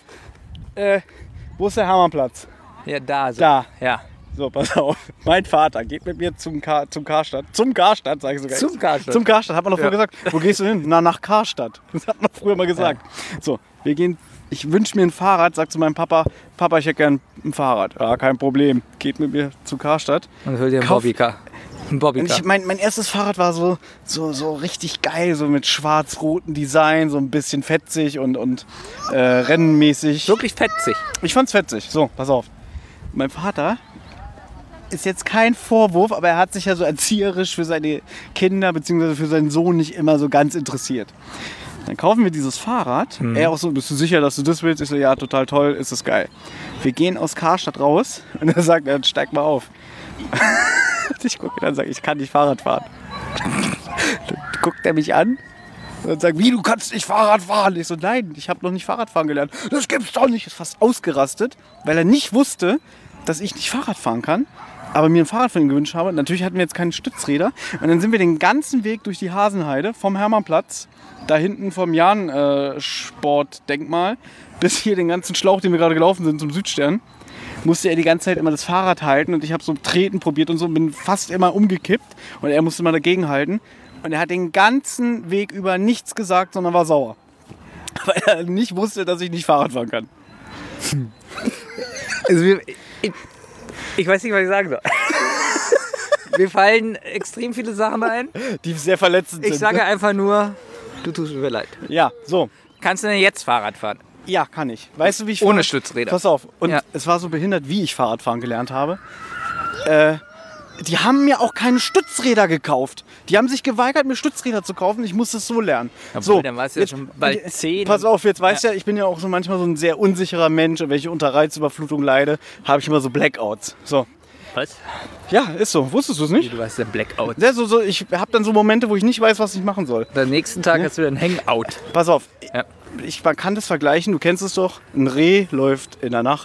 Wo ist der Hermannplatz? Ja, da. So. Da. Ja. So, pass auf. Mein Vater geht mit mir zum Karstadt. Zum Karstadt, sage ich sogar. Zum Karstadt. Zum Karstadt. Hat man doch früher Ja. gesagt. Wo gehst du hin? Na, nach Karstadt. Das hat man früher mal gesagt. So, wir gehen. Ich wünsche mir ein Fahrrad, sag zu meinem Papa, Papa, ich hätte gern ein Fahrrad. Ja, kein Problem. Geht mit mir zu Karstadt. Und will dir ein Kauf- Bobbycar. Ein Und Bobbycar. mein erstes Fahrrad war so richtig geil, so mit schwarz-rotem Design, so ein bisschen fetzig und rennenmäßig. Wirklich fetzig. Ich fand's fetzig. So, pass auf. Mein Vater ist jetzt kein Vorwurf, aber er hat sich ja so erzieherisch für seine Kinder bzw. für seinen Sohn nicht immer so ganz interessiert. Dann kaufen wir dieses Fahrrad. Er auch so, bist du sicher, dass du das willst? Ich so, ja, total toll, ist das geil. Wir gehen aus Karstadt raus und er sagt, dann steig mal auf. Und ich gucke dann und sage, ich kann nicht Fahrrad fahren. Dann guckt er mich an und sagt, wie, du kannst nicht Fahrrad fahren? Ich so, nein, ich habe noch nicht Fahrradfahren gelernt. Das gibt's doch nicht. Ist fast ausgerastet, weil er nicht wusste, dass ich nicht Fahrrad fahren kann, aber mir ein Fahrrad von ihm gewünscht habe. Natürlich hatten wir jetzt keine Stützräder. Und dann sind wir den ganzen Weg durch die Hasenheide vom Hermannplatz, da hinten vom Jahn-Sportdenkmal, bis hier den ganzen Schlauch, den wir gerade gelaufen sind, zum Südstern. Musste er die ganze Zeit immer das Fahrrad halten und ich habe so treten probiert und so, bin fast immer umgekippt und er musste mal dagegen halten. Und er hat den ganzen Weg über nichts gesagt, sondern war sauer. Weil er nicht wusste, dass ich nicht Fahrrad fahren kann. Also ich weiß nicht, was ich sagen soll. Mir fallen extrem viele Sachen ein. Die sehr verletzend sind. Ich sage einfach nur, du tust mir leid. Ja, so. Kannst du denn jetzt Fahrrad fahren? Ja, kann ich. Weißt du, wie ich Ohne Fahrrad- Stützräder. Pass auf. Und Ja. es war so behindert, wie ich Fahrradfahren gelernt habe. Die haben mir auch keine Stützräder gekauft. Die haben sich geweigert, mir Stützräder zu kaufen. Ich musste es so lernen. Obwohl, dann warst du ja schon bald 10. Pass auf, jetzt weißt du ja, ich bin ja auch so manchmal so ein sehr unsicherer Mensch. Und wenn ich unter Reizüberflutung leide, habe ich immer so Blackouts. So. Was? Ja, ist so. Wusstest du es nicht? Du hast den Blackout. Ja, ich habe dann so Momente, wo ich nicht weiß, was ich machen soll. Am nächsten Tag hast du dann Hangout. Pass auf. Ja. Man kann das vergleichen, du kennst es doch. Ein Reh läuft in der Nacht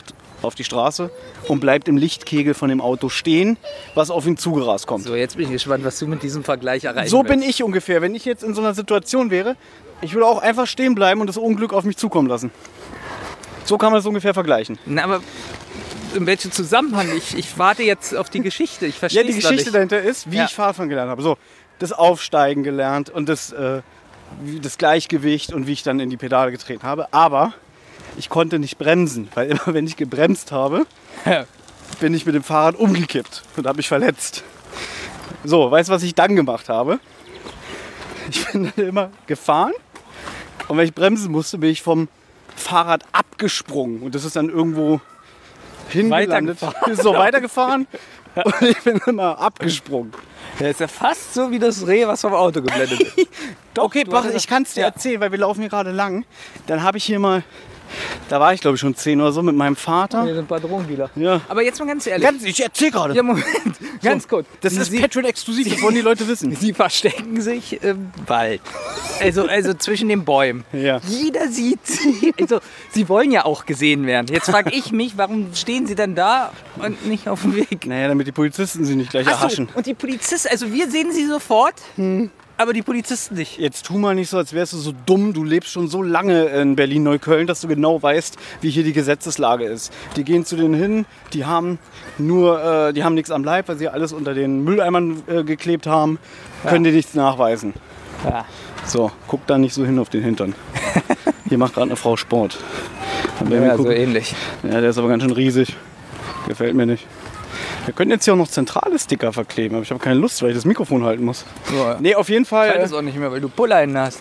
auf die Straße und bleibt im Lichtkegel von dem Auto stehen, was auf ihn zugerast kommt. So, jetzt bin ich gespannt, was du mit diesem Vergleich erreichen So bin willst. ich ungefähr. Wenn ich jetzt in so einer Situation wäre, ich würde auch einfach stehen bleiben und das Unglück auf mich zukommen lassen. So kann man das ungefähr vergleichen. Na, aber in welchem Zusammenhang? Ich warte jetzt auf die Geschichte. Ich verstehe Ja, die es noch Geschichte nicht. dahinter ist, wie Ja. ich Fahrradfahren gelernt habe. So, das Aufsteigen gelernt und das Gleichgewicht und wie ich dann in die Pedale getreten habe. Aber ich konnte nicht bremsen, weil immer wenn ich gebremst habe, bin ich mit dem Fahrrad umgekippt und habe mich verletzt. So, weißt du, was ich dann gemacht habe? Ich bin dann immer gefahren und wenn ich bremsen musste, bin ich vom Fahrrad abgesprungen und das ist dann irgendwo hingelandet. So weitergefahren und ich bin immer abgesprungen. Der ist ja fast so wie das Reh, was vom Auto geblendet ist. Doch, Okay, du hast ich kann es dir ja. erzählen, weil wir laufen hier gerade lang. Dann habe ich hier mal, da war ich glaube ich schon 10 oder so mit meinem Vater. Hier sind ein paar Drogendealer. Ja. Aber jetzt mal ganz ehrlich. Ich erzähle gerade. Ja, Moment. Ganz kurz. Das ist Sie, Patreon-exklusiv, das wollen die Leute wissen. sie verstecken sich im Wald. Also zwischen den Bäumen. Ja. Jeder sieht sie. Also, sie wollen ja auch gesehen werden. Jetzt frage ich mich, warum stehen sie dann da und nicht auf dem Weg? Naja, damit die Polizisten sie nicht gleich Ach so, erhaschen. und die Polizisten, also wir sehen sie sofort, aber die Polizisten nicht. Jetzt tu mal nicht so, als wärst du so dumm. Du lebst schon so lange in Berlin-Neukölln, dass du genau weißt, wie hier die Gesetzeslage ist. Die gehen zu denen hin, die haben nichts am Leib, weil sie alles unter den Mülleimern geklebt haben, können dir nichts nachweisen. Ja. So, guck da nicht so hin auf den Hintern. Hier macht gerade eine Frau Sport. Dann werden wir Ja, so gucken. ähnlich. Ja, der ist aber ganz schön riesig. Gefällt mir nicht. Wir können jetzt hier auch noch zentrale Sticker verkleben, aber ich habe keine Lust, weil ich das Mikrofon halten muss. So, Nee, auf jeden ich halte Fall. es auch nicht mehr, weil du Pulleinen hast.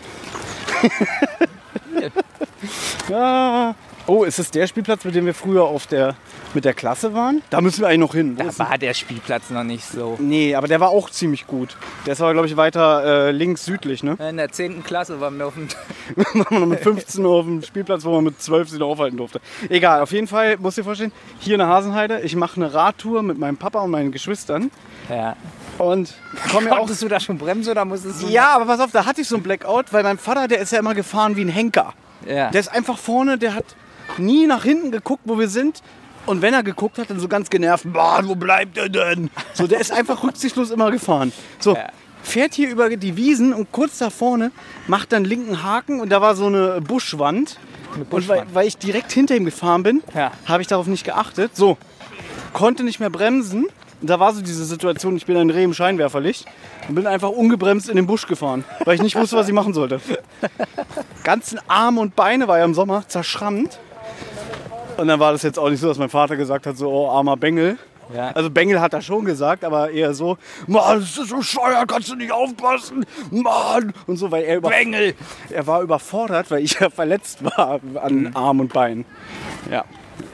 Ja. Oh, ist es der Spielplatz, mit dem wir früher mit der Klasse waren? Da müssen wir eigentlich noch hin. Wo Da ist war der Spielplatz noch nicht so. Nee, aber der war auch ziemlich gut. Der ist aber, glaube ich, weiter links südlich, ne? In der 10. Klasse waren wir auf dem... Waren wir noch mit 15 auf dem Spielplatz, wo man mit 12 sich noch aufhalten durfte. Egal, auf jeden Fall, musst du dir vorstellen, hier eine Hasenheide. Ich mache eine Radtour mit meinem Papa und meinen Geschwistern. Ja. Und komme ja auch. Konntest du da schon bremsen oder musstest du... Ja, aber pass auf, da hatte ich so einen Blackout, weil mein Vater, der ist ja immer gefahren wie ein Henker. Ja. Der ist einfach vorne, der hat nie nach hinten geguckt, wo wir sind. Und wenn er geguckt hat, dann so ganz genervt, Mann, wo bleibt er denn? So, der ist einfach rücksichtslos immer gefahren. So, Ja. fährt hier über die Wiesen und kurz da vorne macht dann linken Haken und da war so eine Buschwand. Und weil ich direkt hinter ihm gefahren bin, Ja. habe ich darauf nicht geachtet. So, konnte nicht mehr bremsen. Und da war so diese Situation, ich bin ein Reh im Scheinwerferlicht und bin einfach ungebremst in den Busch gefahren, weil ich nicht wusste, was ich machen sollte. Ganzen Arme und Beine war ja im Sommer zerschrammt. Und dann war das jetzt auch nicht so, dass mein Vater gesagt hat, so, oh, armer Bengel. Ja. Also Bengel hat er schon gesagt, aber eher so, Mann, das ist so scheuer, kannst du nicht aufpassen, Mann. Und so, weil er war überfordert, weil ich ja verletzt war an Arm und Bein. Ja.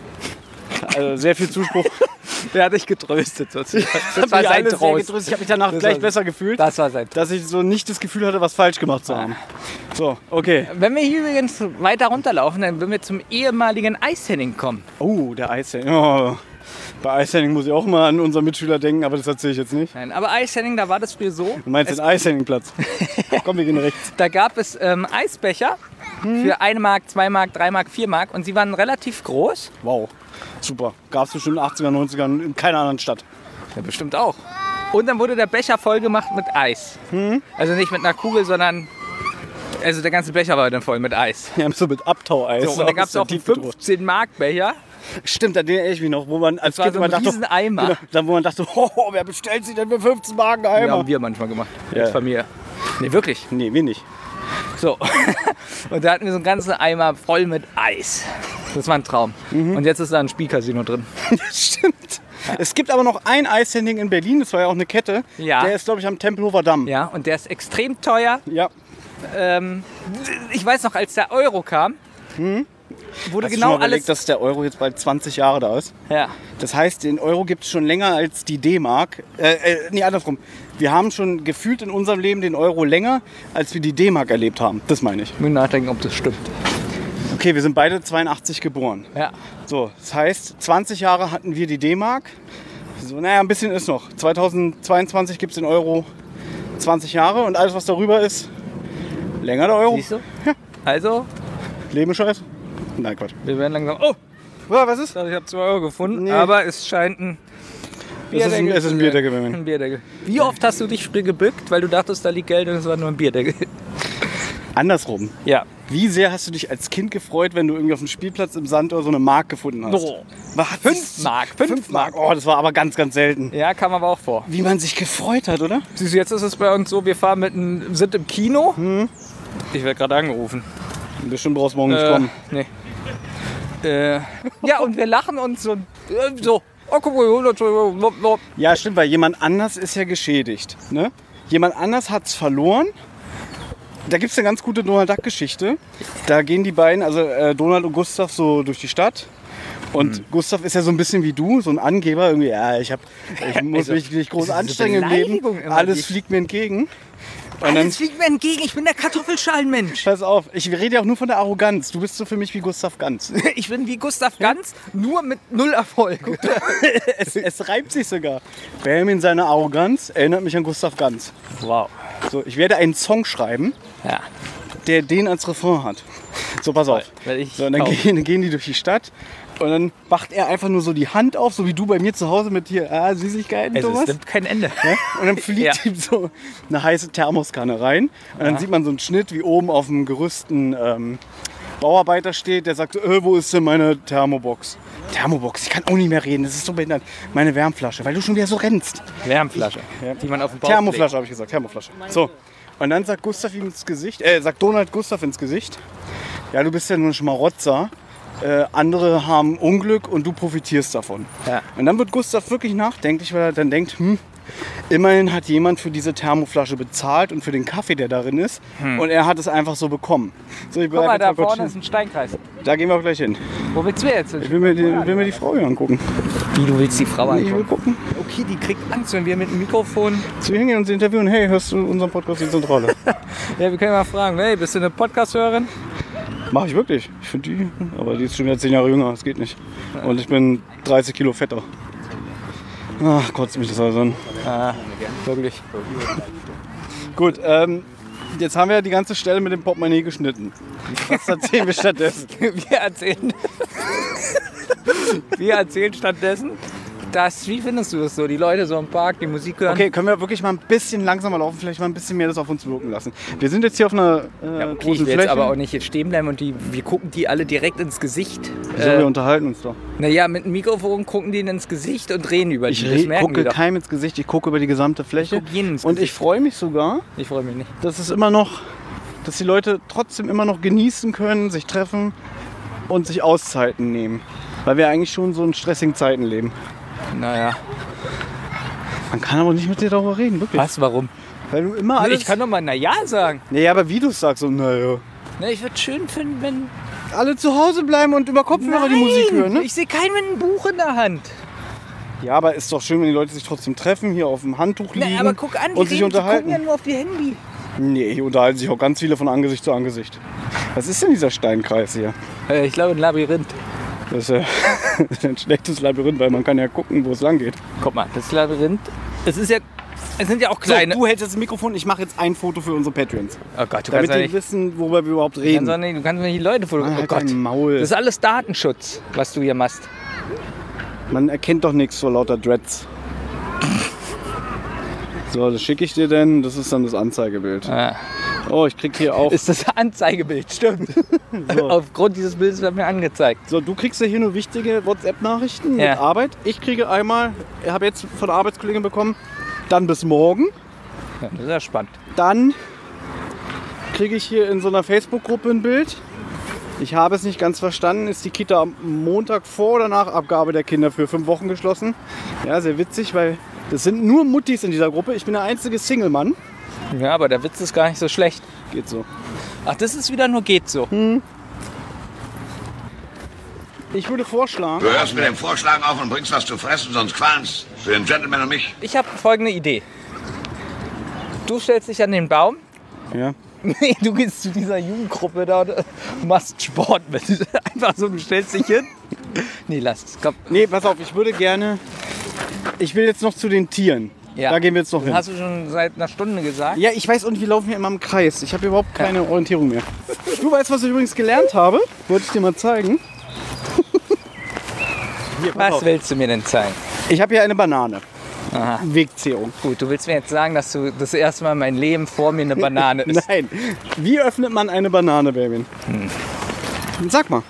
Also sehr viel Zuspruch. Der hat dich getröstet sozusagen. Das Hab war mich sein alle sehr Trost. getröstet. Ich habe mich danach Das gleich war- besser gefühlt, Das war sein Trost. dass ich so nicht das Gefühl hatte, was falsch gemacht zu haben. So, okay. Wenn wir hier übrigens weiter runterlaufen, dann würden wir zum ehemaligen Eishenning kommen. Oh, der Eishenning. Oh. Bei Eishenning muss ich auch mal an unseren Mitschüler denken, aber das erzähle ich jetzt nicht. Nein, aber Eishenning, da war das früher so. Du meinst den Eishenningplatz. Komm, wir gehen rechts. Da gab es Eisbecher für 1 Mark, 2 Mark, 3 Mark, 4 Mark und sie waren relativ groß. Wow, super. Gab es bestimmt in den 80er, 90ern in keiner anderen Stadt. Ja, bestimmt auch. Und dann wurde der Becher voll gemacht mit Eis. Also nicht mit einer Kugel, sondern also der ganze Becher war dann voll mit Eis. Ja, so mit Abtaueis. So, und dann gab es auch einen 15 Mark Becher. Stimmt, an den erinnere ich mich noch, wo man als war Kind so ein immer dachte, riesen Eimer. Genau, dann, wo man dachte, oh, wer bestellt sich denn für 15 Mark einen Ja, Eimer? haben wir manchmal gemacht. Ja. Als Familie. Nee, wirklich. Nee, wir nicht. So. Und da hatten wir so einen ganzen Eimer voll mit Eis. Das war ein Traum. Und jetzt ist da ein Spielcasino drin. Stimmt. Es gibt aber noch ein Eishenning in Berlin, das war ja auch eine Kette. Ja. Der ist, glaube ich, am Tempelhofer Damm. Ja, und der ist extrem teuer. Ja. Ich weiß noch, als der Euro kam, wurde Hast du genau schon mal überlegt, alles. dass der Euro jetzt bald 20 Jahre da ist? Ja. Das heißt, den Euro gibt es schon länger als die D-Mark. Nee, andersrum. Wir haben schon gefühlt in unserem Leben den Euro länger, als wir die D-Mark erlebt haben. Das meine ich. Ich muss nachdenken, ob das stimmt. Okay, wir sind beide 82 geboren. Ja. So, das heißt, 20 Jahre hatten wir die D-Mark. So, naja, ein bisschen ist noch. 2022 gibt es den Euro 20 Jahre und alles, was darüber ist, länger der Euro. Siehst du? Also, Leben ist scheiße. Nein, Quatsch. wir werden langsam. Oh! Was ist? Ich habe 2 Euro gefunden, Nee. aber es scheint ein Bierdeckel Es ist ein Bierdeckel, Benjamin. Ein Bierdeckel. Wie oft hast du dich früher gebückt, weil du dachtest, da liegt Geld und es war nur ein Bierdeckel? Andersrum. Ja. Wie sehr hast du dich als Kind gefreut, wenn du irgendwie auf dem Spielplatz im Sand oder so eine Mark gefunden hast? Oh. Was? 5 Mark. 5 Mark. Oh, das war aber ganz, ganz selten. Ja, kam aber auch vor. Wie man sich gefreut hat, oder? Siehst du, jetzt ist es bei uns so, wir sind im Kino. Ich werde gerade angerufen. Bestimmt brauchst du morgen nicht kommen. Nee. Ja, und wir lachen uns so. Oh, guck mal, 100 Euro. Ja, stimmt, weil jemand anders ist ja geschädigt. Ne? Jemand anders hat's verloren. Da gibt es eine ganz gute Donald Duck-Geschichte. Da gehen die beiden, also Donald und Gustav, so durch die Stadt. Und Gustav ist ja so ein bisschen wie du, so ein Angeber. Irgendwie, ja, ich muss Also, mich nicht groß das ist anstrengen eine im Leben. Beleidigung immer, Alles die- fliegt mir entgegen. Und dann, Alles fliegt mir entgegen, ich bin der Kartoffelschalenmensch. pass auf, ich rede ja auch nur von der Arroganz. Du bist so für mich wie Gustav Ganz. Ich bin wie Gustav Ganz, nur mit 0 Erfolg. Es reibt sich sogar. Benjamin, seine Arroganz erinnert mich an Gustav Ganz. Wow. So, ich werde einen Song schreiben, Ja. der den als Refrain hat. So, pass auf. Werde ich So, und dann kaufen. gehen die durch die Stadt und dann macht er einfach nur so die Hand auf, so wie du bei mir zu Hause mit hier Süßigkeiten, Also, es Thomas. nimmt kein Ende. Ja? Und dann fliegt Ja. ihm so eine heiße Thermoskanne rein. Und dann sieht man so einen Schnitt, wie oben auf dem Gerüst ein Bauarbeiter steht, der sagt, so, wo ist denn meine Thermobox? Thermobox, ich kann auch nicht mehr reden, das ist so behindert. Meine Wärmflasche, weil du schon wieder so rennst. Wärmflasche, Ja. die man auf den Bauch Thermoflasche habe ich gesagt, Thermoflasche. So, und dann sagt Gustav ihm ins Gesicht, sagt Donald Gustav ins Gesicht, ja, du bist ja nur ein Schmarotzer, andere haben Unglück und du profitierst davon. Ja. Und dann wird Gustav wirklich nachdenklich, weil er dann denkt, immerhin hat jemand für diese Thermoflasche bezahlt und für den Kaffee, der darin ist, und er hat es einfach so bekommen. So, ich Guck mal, bleib da jetzt mal kurz vorne ist stehen. ein Steinkreis. Da gehen wir auch gleich hin. Wo willst du jetzt? Ich will mir die Frau hier angucken. Wie, du willst die Frau Ich will gucken. Okay, die kriegt Angst, wenn wir mit dem Mikrofon... Zu ihr hingehen und sie interviewen, hey, hörst du unseren Podcast die Zentrale? Ja, wir können mal fragen, hey, bist du eine Podcast-Hörerin? Mach ich wirklich. Ich finde die, aber die ist schon wieder 10 Jahre jünger, das geht nicht. Und ich bin 30 Kilo fetter. Ach, kotzt mich das alles an. Ah, wirklich. Gut, jetzt haben wir ja die ganze Stelle mit dem Portemonnaie geschnitten. Was erzählen wir stattdessen? Wir erzählen stattdessen, dass, wie findest du das so? Die Leute so im Park, die Musik hören. Okay, können wir wirklich mal ein bisschen langsamer laufen, vielleicht mal ein bisschen mehr das auf uns wirken lassen. Wir sind jetzt hier auf einer Ja, okay, ich großen will Fläche. jetzt aber auch nicht jetzt stehen bleiben und wir gucken die alle direkt ins Gesicht. So, wir unterhalten uns doch. Naja, mit dem Mikrofon gucken die ins Gesicht und reden über Ich die. Das merken gucke die doch. keinem ins Gesicht, ich gucke über die gesamte Fläche. Ich guck jedem ins Und Gesicht. ich freue mich sogar, Ich freue mich nicht. dass die Leute trotzdem immer noch genießen können, sich treffen und sich Auszeiten nehmen. Weil wir eigentlich schon so in stressigen Zeiten leben. Naja. Man kann aber nicht mit dir darüber reden, wirklich. Was, warum? Weil du immer alles... Ich kann doch mal naja sagen. Ja, aber wie du es sagst, so, naja. Na, ich würde schön finden, wenn... Alle zu Hause bleiben und über Kopfhörer die Musik hören, ne? Ich sehe keinen mit einem Buch in der Hand. Ja, aber ist doch schön, wenn die Leute sich trotzdem treffen, hier auf dem Handtuch liegen Na, aber guck an, und sich die gucken unterhalten. ja nur auf die Handy. Nee, hier unterhalten sich auch ganz viele von Angesicht zu Angesicht. Was ist denn dieser Steinkreis hier? Ich glaube, ein Labyrinth. Das ist ja ein schlechtes Labyrinth, weil man kann ja gucken, wo es lang geht. Guck mal, das Labyrinth, es sind ja auch kleine... So, du hältst jetzt das Mikrofon, ich mache jetzt ein Foto für unsere Patreons. Oh Gott, du Damit kannst ja die nicht... wissen, worüber wir überhaupt Du reden. kannst nicht die Leute fotografieren. Halt dein Maul. Das ist alles Datenschutz, was du hier machst. Man erkennt doch nichts vor lauter Dreads. So, das schicke ich dir denn. Das ist dann das Anzeigebild. Ah. Oh, ich krieg hier auch... Ist das Anzeigebild, stimmt. So. Aufgrund dieses Bildes wird mir angezeigt. So, du kriegst ja hier nur wichtige WhatsApp-Nachrichten Ja. mit Arbeit. Ich kriege einmal, ich habe jetzt von der Arbeitskollegin bekommen, dann bis morgen. Ja, das ist ja spannend. Dann kriege ich hier in so einer Facebook-Gruppe ein Bild. Ich habe es nicht ganz verstanden. Ist die Kita am Montag vor oder nach Abgabe der Kinder für 5 Wochen geschlossen? Ja, sehr witzig, weil das sind nur Muttis in dieser Gruppe. Ich bin der einzige Single-Mann. Ja, aber der Witz ist gar nicht so schlecht. Geht so. Ach, das ist wieder nur geht so. Ich würde vorschlagen... Du hörst mit dem Vorschlagen auf und bringst was zu fressen, sonst qualm's. Für den Gentleman und mich. Ich habe folgende Idee. Du stellst dich an den Baum. Ja. Nee, du gehst zu dieser Jugendgruppe da und machst Sport mit. Einfach so, du stellst dich hin. Nee, lass es. Komm. Nee, pass auf, ich würde gerne... Ich will jetzt noch zu den Tieren. Ja. Da gehen wir jetzt noch hin. Hast du schon seit einer Stunde gesagt? Ja, ich weiß, und wir laufen hier immer im Kreis. Ich habe überhaupt keine Orientierung mehr. Du weißt, was ich übrigens gelernt habe? Wollte ich dir mal zeigen. Hier, pass Was auf. willst du mir denn zeigen? Ich habe hier eine Banane. Aha. Wegzehrung. Gut, du willst mir jetzt sagen, dass du das erste Mal in meinem Leben vor mir eine Banane isst. Nein. Wie öffnet man eine Banane, Baby? Sag mal.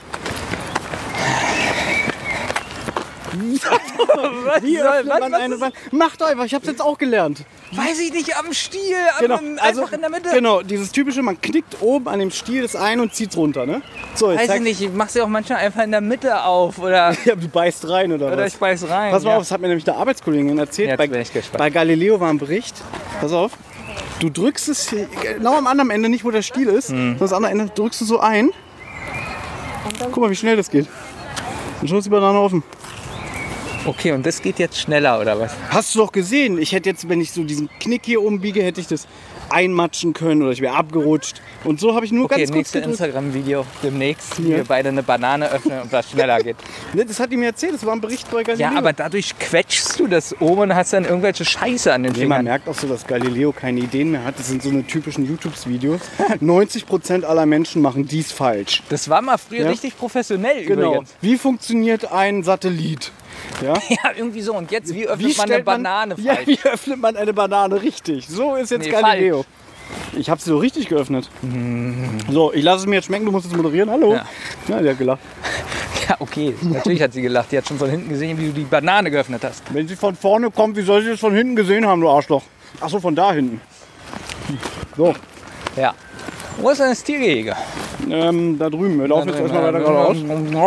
Was Wie soll, öffnet was, man was eine ist, Banane? Macht einfach, ich hab's jetzt auch gelernt. weiß ich nicht, am Stiel, Genau, einfach in der Mitte. Genau, dieses typische, man knickt oben an dem Stiel das ein und zieht's runter, ne? So, jetzt Weiß ich zeig- nicht, ich mach sie auch manchmal einfach in der Mitte auf oder, Ja, du beißt rein oder oder was? ich beiß rein. Pass mal ja. auf, das hat mir nämlich eine Arbeitskollegin erzählt. Jetzt bin ich gespannt. Bei Galileo war ein Bericht. Pass auf. Du drückst es hier, genau am anderen Ende, nicht wo der Stiel ist, sondern das andere Ende drückst du so ein. Guck mal, wie schnell das geht. Dann schon ist die Banane offen. Okay, und das geht jetzt schneller oder was? Hast du doch gesehen. Ich hätte jetzt, wenn ich so diesen Knick hier umbiege, hätte ich das einmatschen können oder ich wäre abgerutscht. Und so habe ich nur Okay, ganz kurz nächste gedrückt. Instagram-Video demnächst, wie Ja. wir beide eine Banane öffnen und was schneller geht. Ne, das hat die mir erzählt, das war ein Bericht bei Galileo. Ja, aber dadurch quetschst du das oben und hast dann irgendwelche Scheiße an den Nee, man Fingern. merkt auch so, dass Galileo keine Ideen mehr hat. Das sind so eine typischen YouTube-Videos. 90% aller Menschen machen dies falsch. Das war mal früher Ja. richtig professionell Genau. übrigens. Wie funktioniert ein Satellit? Ja? Ja, irgendwie so. Und jetzt, wie öffnet man eine stellt Banane ja, falsch? wie öffnet man eine Banane richtig? So ist jetzt Nee, Galileo. Ich habe sie so richtig geöffnet. So, ich lasse es mir jetzt schmecken. Du musst es moderieren. Hallo. Ja. Ja, der hat gelacht. Ja, okay. Natürlich hat sie gelacht. Die hat schon von hinten gesehen, wie du die Banane geöffnet hast. Wenn sie von vorne kommt, wie soll sie das von hinten gesehen haben, du Arschloch? Ach so, von da hinten. So, Ja. Wo ist denn das Tiergehege? da drüben. Wir laufen jetzt erstmal weiter geradeaus.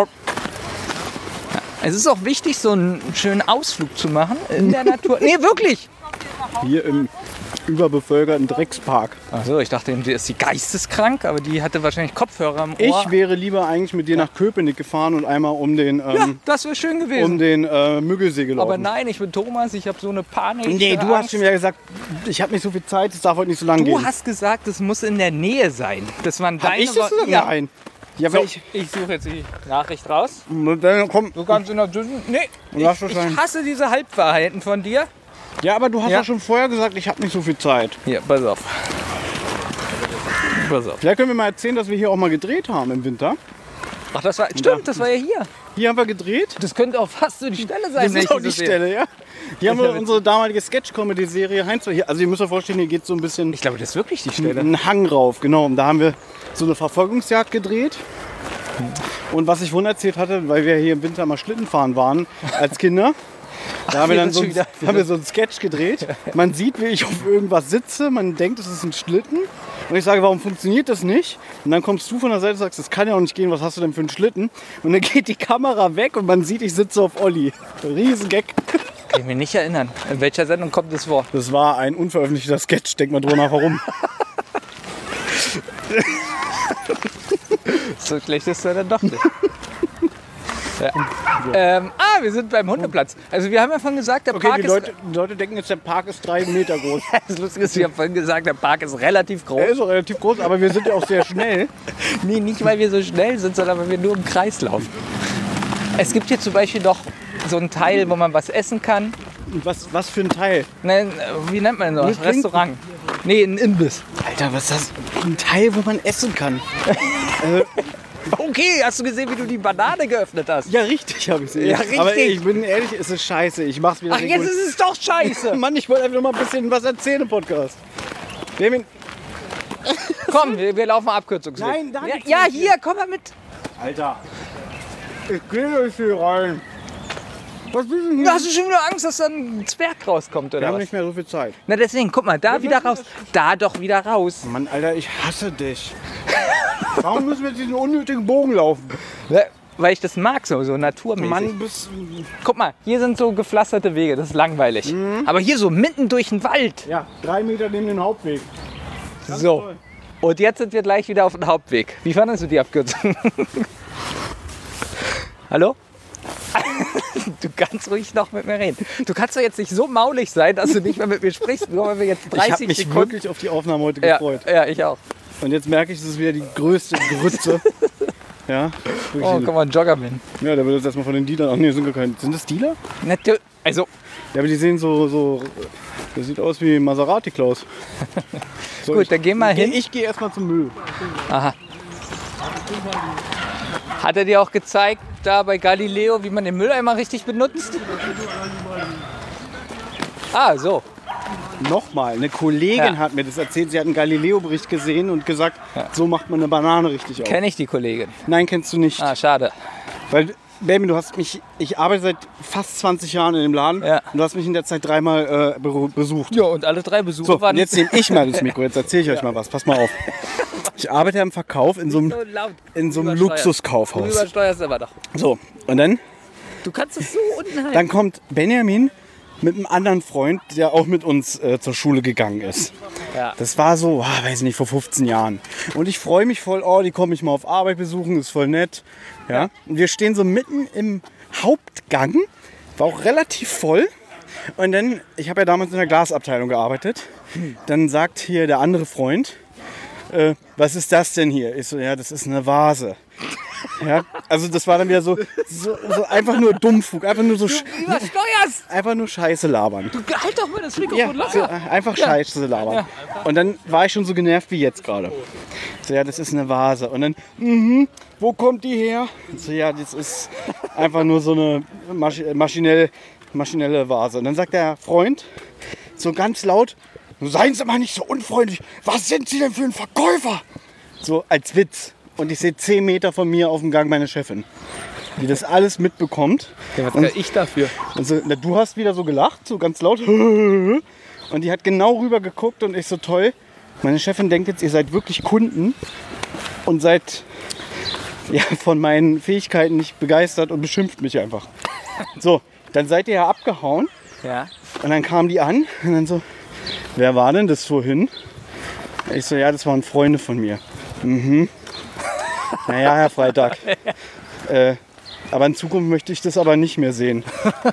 Es ist auch wichtig, so einen schönen Ausflug zu machen in der Natur. Nee, wirklich! Hier im überbevölkerten Dreckspark. Achso, ich dachte, die ist die geisteskrank, aber die hatte wahrscheinlich Kopfhörer im Ohr. Ich wäre lieber eigentlich mit dir nach Köpenick gefahren und einmal um den, ja, das wäre schön gewesen. Müggelsee gelaufen. Aber nein, ich bin Thomas, ich habe so eine Panik. Nee, du hast schon wieder gesagt, ich habe nicht so viel Zeit, es darf heute nicht so lang Du gehen. hast gesagt, es muss in der Nähe sein. Das waren Hab deine ich das Worte. gesagt? Ja. Nein. Ja, So, aber ich suche jetzt die Nachricht raus. dann komm. Du kannst in der Zwischen... Nee, Lass ich das sein. hasse diese Halbwahrheiten von dir. Ja, aber du hast Ja. ja schon vorher gesagt, ich habe nicht so viel Zeit. Hier, pass auf. Pass auf. Vielleicht können wir mal erzählen, dass wir hier auch mal gedreht haben im Winter. Ach, das war... Stimmt, das war ja hier. Hier haben wir gedreht. Das könnte auch fast so die Stelle sein. Das wenn ist ich auch die das sehe. Stelle, ja. Hier haben wir witzig. unsere damalige Sketch-Comedy-Serie Heinz. Hier, also ihr müsst euch vorstellen, hier geht so ein bisschen Ich glaube, das ist wirklich die Stelle. einen Hang rauf. Genau, und da haben wir so eine Verfolgungsjagd gedreht. Und was ich vorhin erzählt hatte, weil wir hier im Winter mal Schlitten fahren waren als Kinder, da haben wir wir dann sind schon haben wir so einen Sketch gedreht. Man sieht, wie ich auf irgendwas sitze, man denkt, es ist ein Schlitten. Und ich sage, warum funktioniert das nicht? Und dann kommst du von der Seite und sagst, das kann ja auch nicht gehen, was hast du denn für einen Schlitten? Und dann geht die Kamera weg und man sieht, ich sitze auf Olli. Riesengag. Kann ich mich nicht erinnern. In welcher Sendung kommt das Wort? Das war ein unveröffentlichter Sketch, denk mal drüber nach, warum. So schlecht ist er dann doch nicht. Ja. Wir sind beim Hundeplatz. Also wir haben ja vorhin gesagt, der Okay, Park die Leute denken jetzt, der Park ist 3 Meter groß. Das Lustige ist, wir haben vorhin gesagt, der Park ist relativ groß. Er ist auch relativ groß, aber wir sind ja auch sehr schnell. Nee, nicht weil wir so schnell sind, sondern weil wir nur im Kreis laufen. Es gibt hier zum Beispiel doch so einen Teil, wo man was essen kann. Was für ein Teil? Nein, wie nennt man das? Mit Restaurant. Nee, ein Imbiss. Alter, was ist das? Ein Teil, wo man essen kann. Okay, hast du gesehen, wie du die Banane geöffnet hast? Ja, richtig habe ich sie. Ja, richtig. Aber ich bin ehrlich, es ist scheiße. Ich mach's wieder Ach, jetzt ist es doch scheiße. Mann, ich wollte einfach nur mal ein bisschen was erzählen im Podcast. Damien, Komm, wir laufen mal Abkürzungsweg. Nein, da ja, geht's ja, nicht. hier, komm mal mit. Alter. Ich gehe durch hier rein. Was ist denn hier? Da hast du schon wieder Angst, dass da ein Zwerg rauskommt, Wir oder haben was? nicht mehr so viel Zeit. Na deswegen, guck mal, da wieder raus. Da doch wieder raus. Mann, Alter, ich hasse dich. Warum müssen wir jetzt diesen unnötigen Bogen laufen? Ja, weil ich das mag, so naturmäßig. Mann, bis... Guck mal, hier sind so gepflasterte Wege, das ist langweilig. Aber hier so mitten durch den Wald. Ja, 3 Meter neben den Hauptweg. So. toll. Und jetzt sind wir gleich wieder auf dem Hauptweg. Wie fandest du die Abkürzung? Hallo? Du kannst ruhig noch mit mir reden. Du kannst doch jetzt nicht so maulig sein, dass du nicht mehr mit mir sprichst, nur weil wir jetzt Ich habe 30 mich Sekunden... wirklich auf die Aufnahme heute Ja, gefreut. ja, ich auch. Und jetzt merke ich, es ist wieder die größte Grütze. Ja, Oh, wirklich. guck mal, ein Joggerman. Ja, der wird jetzt erstmal von den Dealern. Ach nee, sind gar keine. Sind das Dealer? Also, Ja, aber die sehen so. Das sieht aus wie Maserati Klaus. So, gut, dann geh mal hin. Ich gehe erstmal zum Müll. Aha. Hat er dir auch gezeigt, da bei Galileo, wie man den Mülleimer richtig benutzt? Ah, so. Nochmal, eine Kollegin hat mir das erzählt. Sie hat einen Galileo-Bericht gesehen und gesagt, so macht man eine Banane richtig auf. Kenne ich die Kollegin. Nein, kennst du nicht. Ah, schade. Weil, Baby, du hast mich, ich arbeite seit fast 20 Jahren in dem Laden Ja. und du hast mich in der Zeit 3-mal besucht. Ja, und alle 3 Besuche So, waren und jetzt nehme ich mal das Mikro, jetzt erzähle ich euch mal was. Pass mal auf. Ich arbeite im Verkauf in so einem, so laut. in so einem Du Luxuskaufhaus. übersteuerst aber doch. So, und dann Du kannst es so unten halten. Dann kommt Benjamin mit einem anderen Freund, der auch mit uns zur Schule gegangen ist. Ja. Das war so, weiß nicht, vor 15 Jahren. Und ich freue mich voll, die komme ich mal auf Arbeit besuchen, ist voll nett. Ja. Und wir stehen so mitten im Hauptgang, war auch relativ voll. Und dann, ich habe ja damals in der Glasabteilung gearbeitet, dann sagt hier der andere Freund, was ist das denn hier? Ich so, ja, das ist eine Vase. Ja, also das war dann wieder so einfach nur Dummfug, einfach nur so Du übersteuerst! einfach nur Scheiße labern. Du halt doch mal das Ja, Mikrofon so, locker. einfach Scheiße labern. Und dann war ich schon so genervt wie jetzt gerade. So, ja, das ist eine Vase. Und dann, wo kommt die her? So, ja, das ist einfach nur so eine maschinelle Vase. Und dann sagt der Freund so ganz laut, seien Sie mal nicht so unfreundlich. Was sind Sie denn für ein Verkäufer? So als Witz. Und ich sehe 10 Meter von mir auf dem Gang meine Chefin, die das alles mitbekommt. Ja, was kann ich dafür? Und so, du hast wieder so gelacht, so ganz laut. Und die hat genau rüber geguckt und ich so, toll. Meine Chefin denkt jetzt, ihr seid wirklich Kunden und seid von meinen Fähigkeiten nicht begeistert und beschimpft mich einfach. So, dann seid ihr ja abgehauen. Ja. Und dann kamen die an und dann so, wer war denn das vorhin? Ich so, ja, das waren Freunde von mir. Naja, Herr Freitag. Aber in Zukunft möchte ich das aber nicht mehr sehen.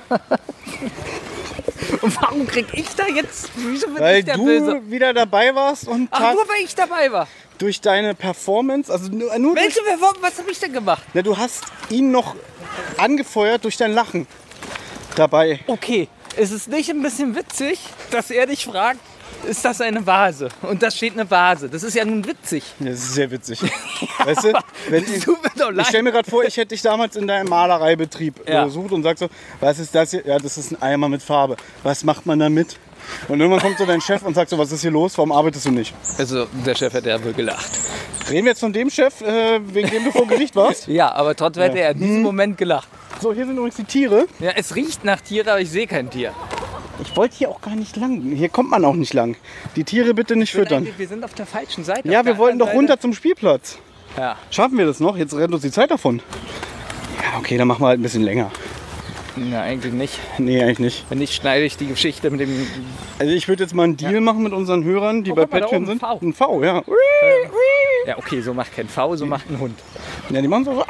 Und warum krieg ich da jetzt? Wieso bin Weil ich der du Böse? wieder dabei warst und Ach, nur weil ich dabei war. durch deine Performance, also nur durch, Welche Performance? Was habe ich denn gemacht? na, du hast ihn noch angefeuert durch dein Lachen dabei. Okay, ist es nicht ein bisschen witzig, dass er dich fragt, ist das eine Vase? Und da steht eine Vase. Das ist ja nun witzig. Das ist sehr witzig. Weißt du, wenn ich Tut mir doch leid. stelle mir gerade vor, ich hätte dich damals in deinem Malereibetrieb Ja. besucht und sagst so, was ist das hier? Ja, das ist ein Eimer mit Farbe. Was macht man damit? Und irgendwann kommt so dein Chef und sagt so, was ist hier los? Warum arbeitest du nicht? Also, der Chef hätte ja wohl gelacht. Reden wir jetzt von dem Chef, wegen dem du vor Gericht warst? Ja, aber trotzdem hätte er in diesem Moment gelacht. So, hier sind übrigens die Tiere. Ja, es riecht nach Tier, aber ich sehe kein Tier. Ich wollte hier auch gar nicht lang. Hier kommt man auch nicht lang. Die Tiere bitte nicht füttern. Wir sind auf der falschen Seite. Ja, Auf der wir wollten doch anderen runter zum Spielplatz. Seite. Ja. Schaffen wir das noch? Jetzt rennt uns die Zeit davon. Ja, okay, dann machen wir halt ein bisschen länger. Na, eigentlich nicht. Nee, eigentlich nicht. Wenn nicht, schneide ich die Geschichte mit dem... Also ich würde jetzt mal einen Deal machen mit unseren Hörern, die Oh, bei guck mal, da Patreon oben, sind. V. Ein V, ja. Ja, okay, so macht kein V, so macht ein Hund. Ja, die machen so.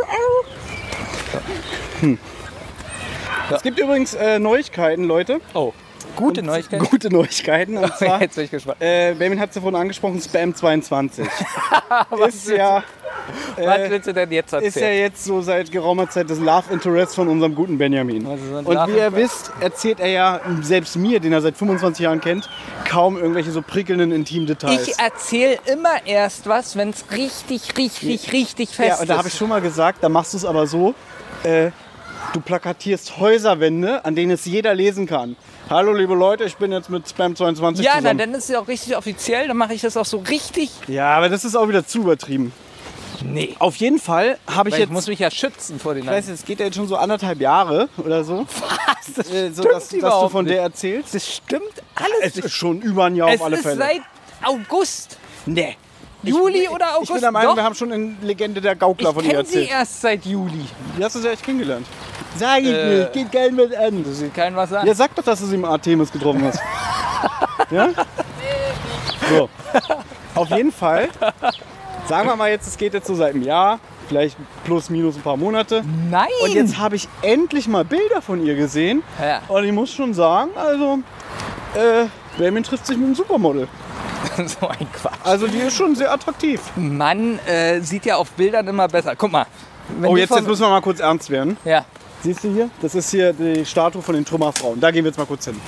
Es gibt übrigens Neuigkeiten, Leute. Oh, gute Neuigkeit. Gute Neuigkeiten. Und zwar, Jetzt bin ich gespannt. Benjamin hat es ja vorhin angesprochen, Spam 22. ist ja... Was willst du denn jetzt erzählen? Ist ja jetzt so seit geraumer Zeit das Love Interest von unserem guten Benjamin. Was ist ein Und Love wie ihr Interest? wisst, erzählt er ja selbst mir, den er seit 25 Jahren kennt, kaum irgendwelche so prickelnden Intimdetails. Ich erzähle immer erst was, wenn es richtig fest Ja, und da habe ich ist. schon mal gesagt, da machst du es aber so, du plakatierst Häuserwände, an denen es jeder lesen kann. Hallo liebe Leute, ich bin jetzt mit Spam 22 Ja, na, zusammen. dann ist es ja auch richtig offiziell, dann mache ich das auch so richtig. Ja, aber das ist auch wieder zu übertrieben. Nee. Auf jeden Fall habe ich Weil ich jetzt... muss mich ja schützen vor den Ich weiß, es geht ja jetzt schon so 1,5 Jahre oder so. Was? Das So, stimmt dass du überhaupt von nicht. der erzählst. Das stimmt alles Es nicht. ist schon über ein Jahr Es auf alle ist Fälle. seit August. Nee. Juli oder August? Ich bin der Meinung, Doch. wir haben schon eine Legende der Gaukler Ich von ihr kenne sie erzählt. erst seit Juli. Wie hast du sie eigentlich kennengelernt? Sag ich nicht, geht geil mit an. Das sieht kein was an. Ja, sag doch, dass du sie im Artemis getroffen hast. Ja? So. Auf jeden Fall. Sagen wir mal jetzt, es geht jetzt so seit einem Jahr. Vielleicht plus, minus ein paar Monate. Nein! Und jetzt habe ich endlich mal Bilder von ihr gesehen. Ja. Und ich muss schon sagen, also, Benjamin trifft sich mit einem Supermodel. So ein Quatsch. Also die ist schon sehr attraktiv. Mann sieht ja auf Bildern immer besser. Guck mal. Wenn Oh, du jetzt von- müssen wir mal kurz ernst werden. Ja. Siehst du hier? Das ist hier die Statue von den Trümmerfrauen. Da gehen wir jetzt mal kurz hin.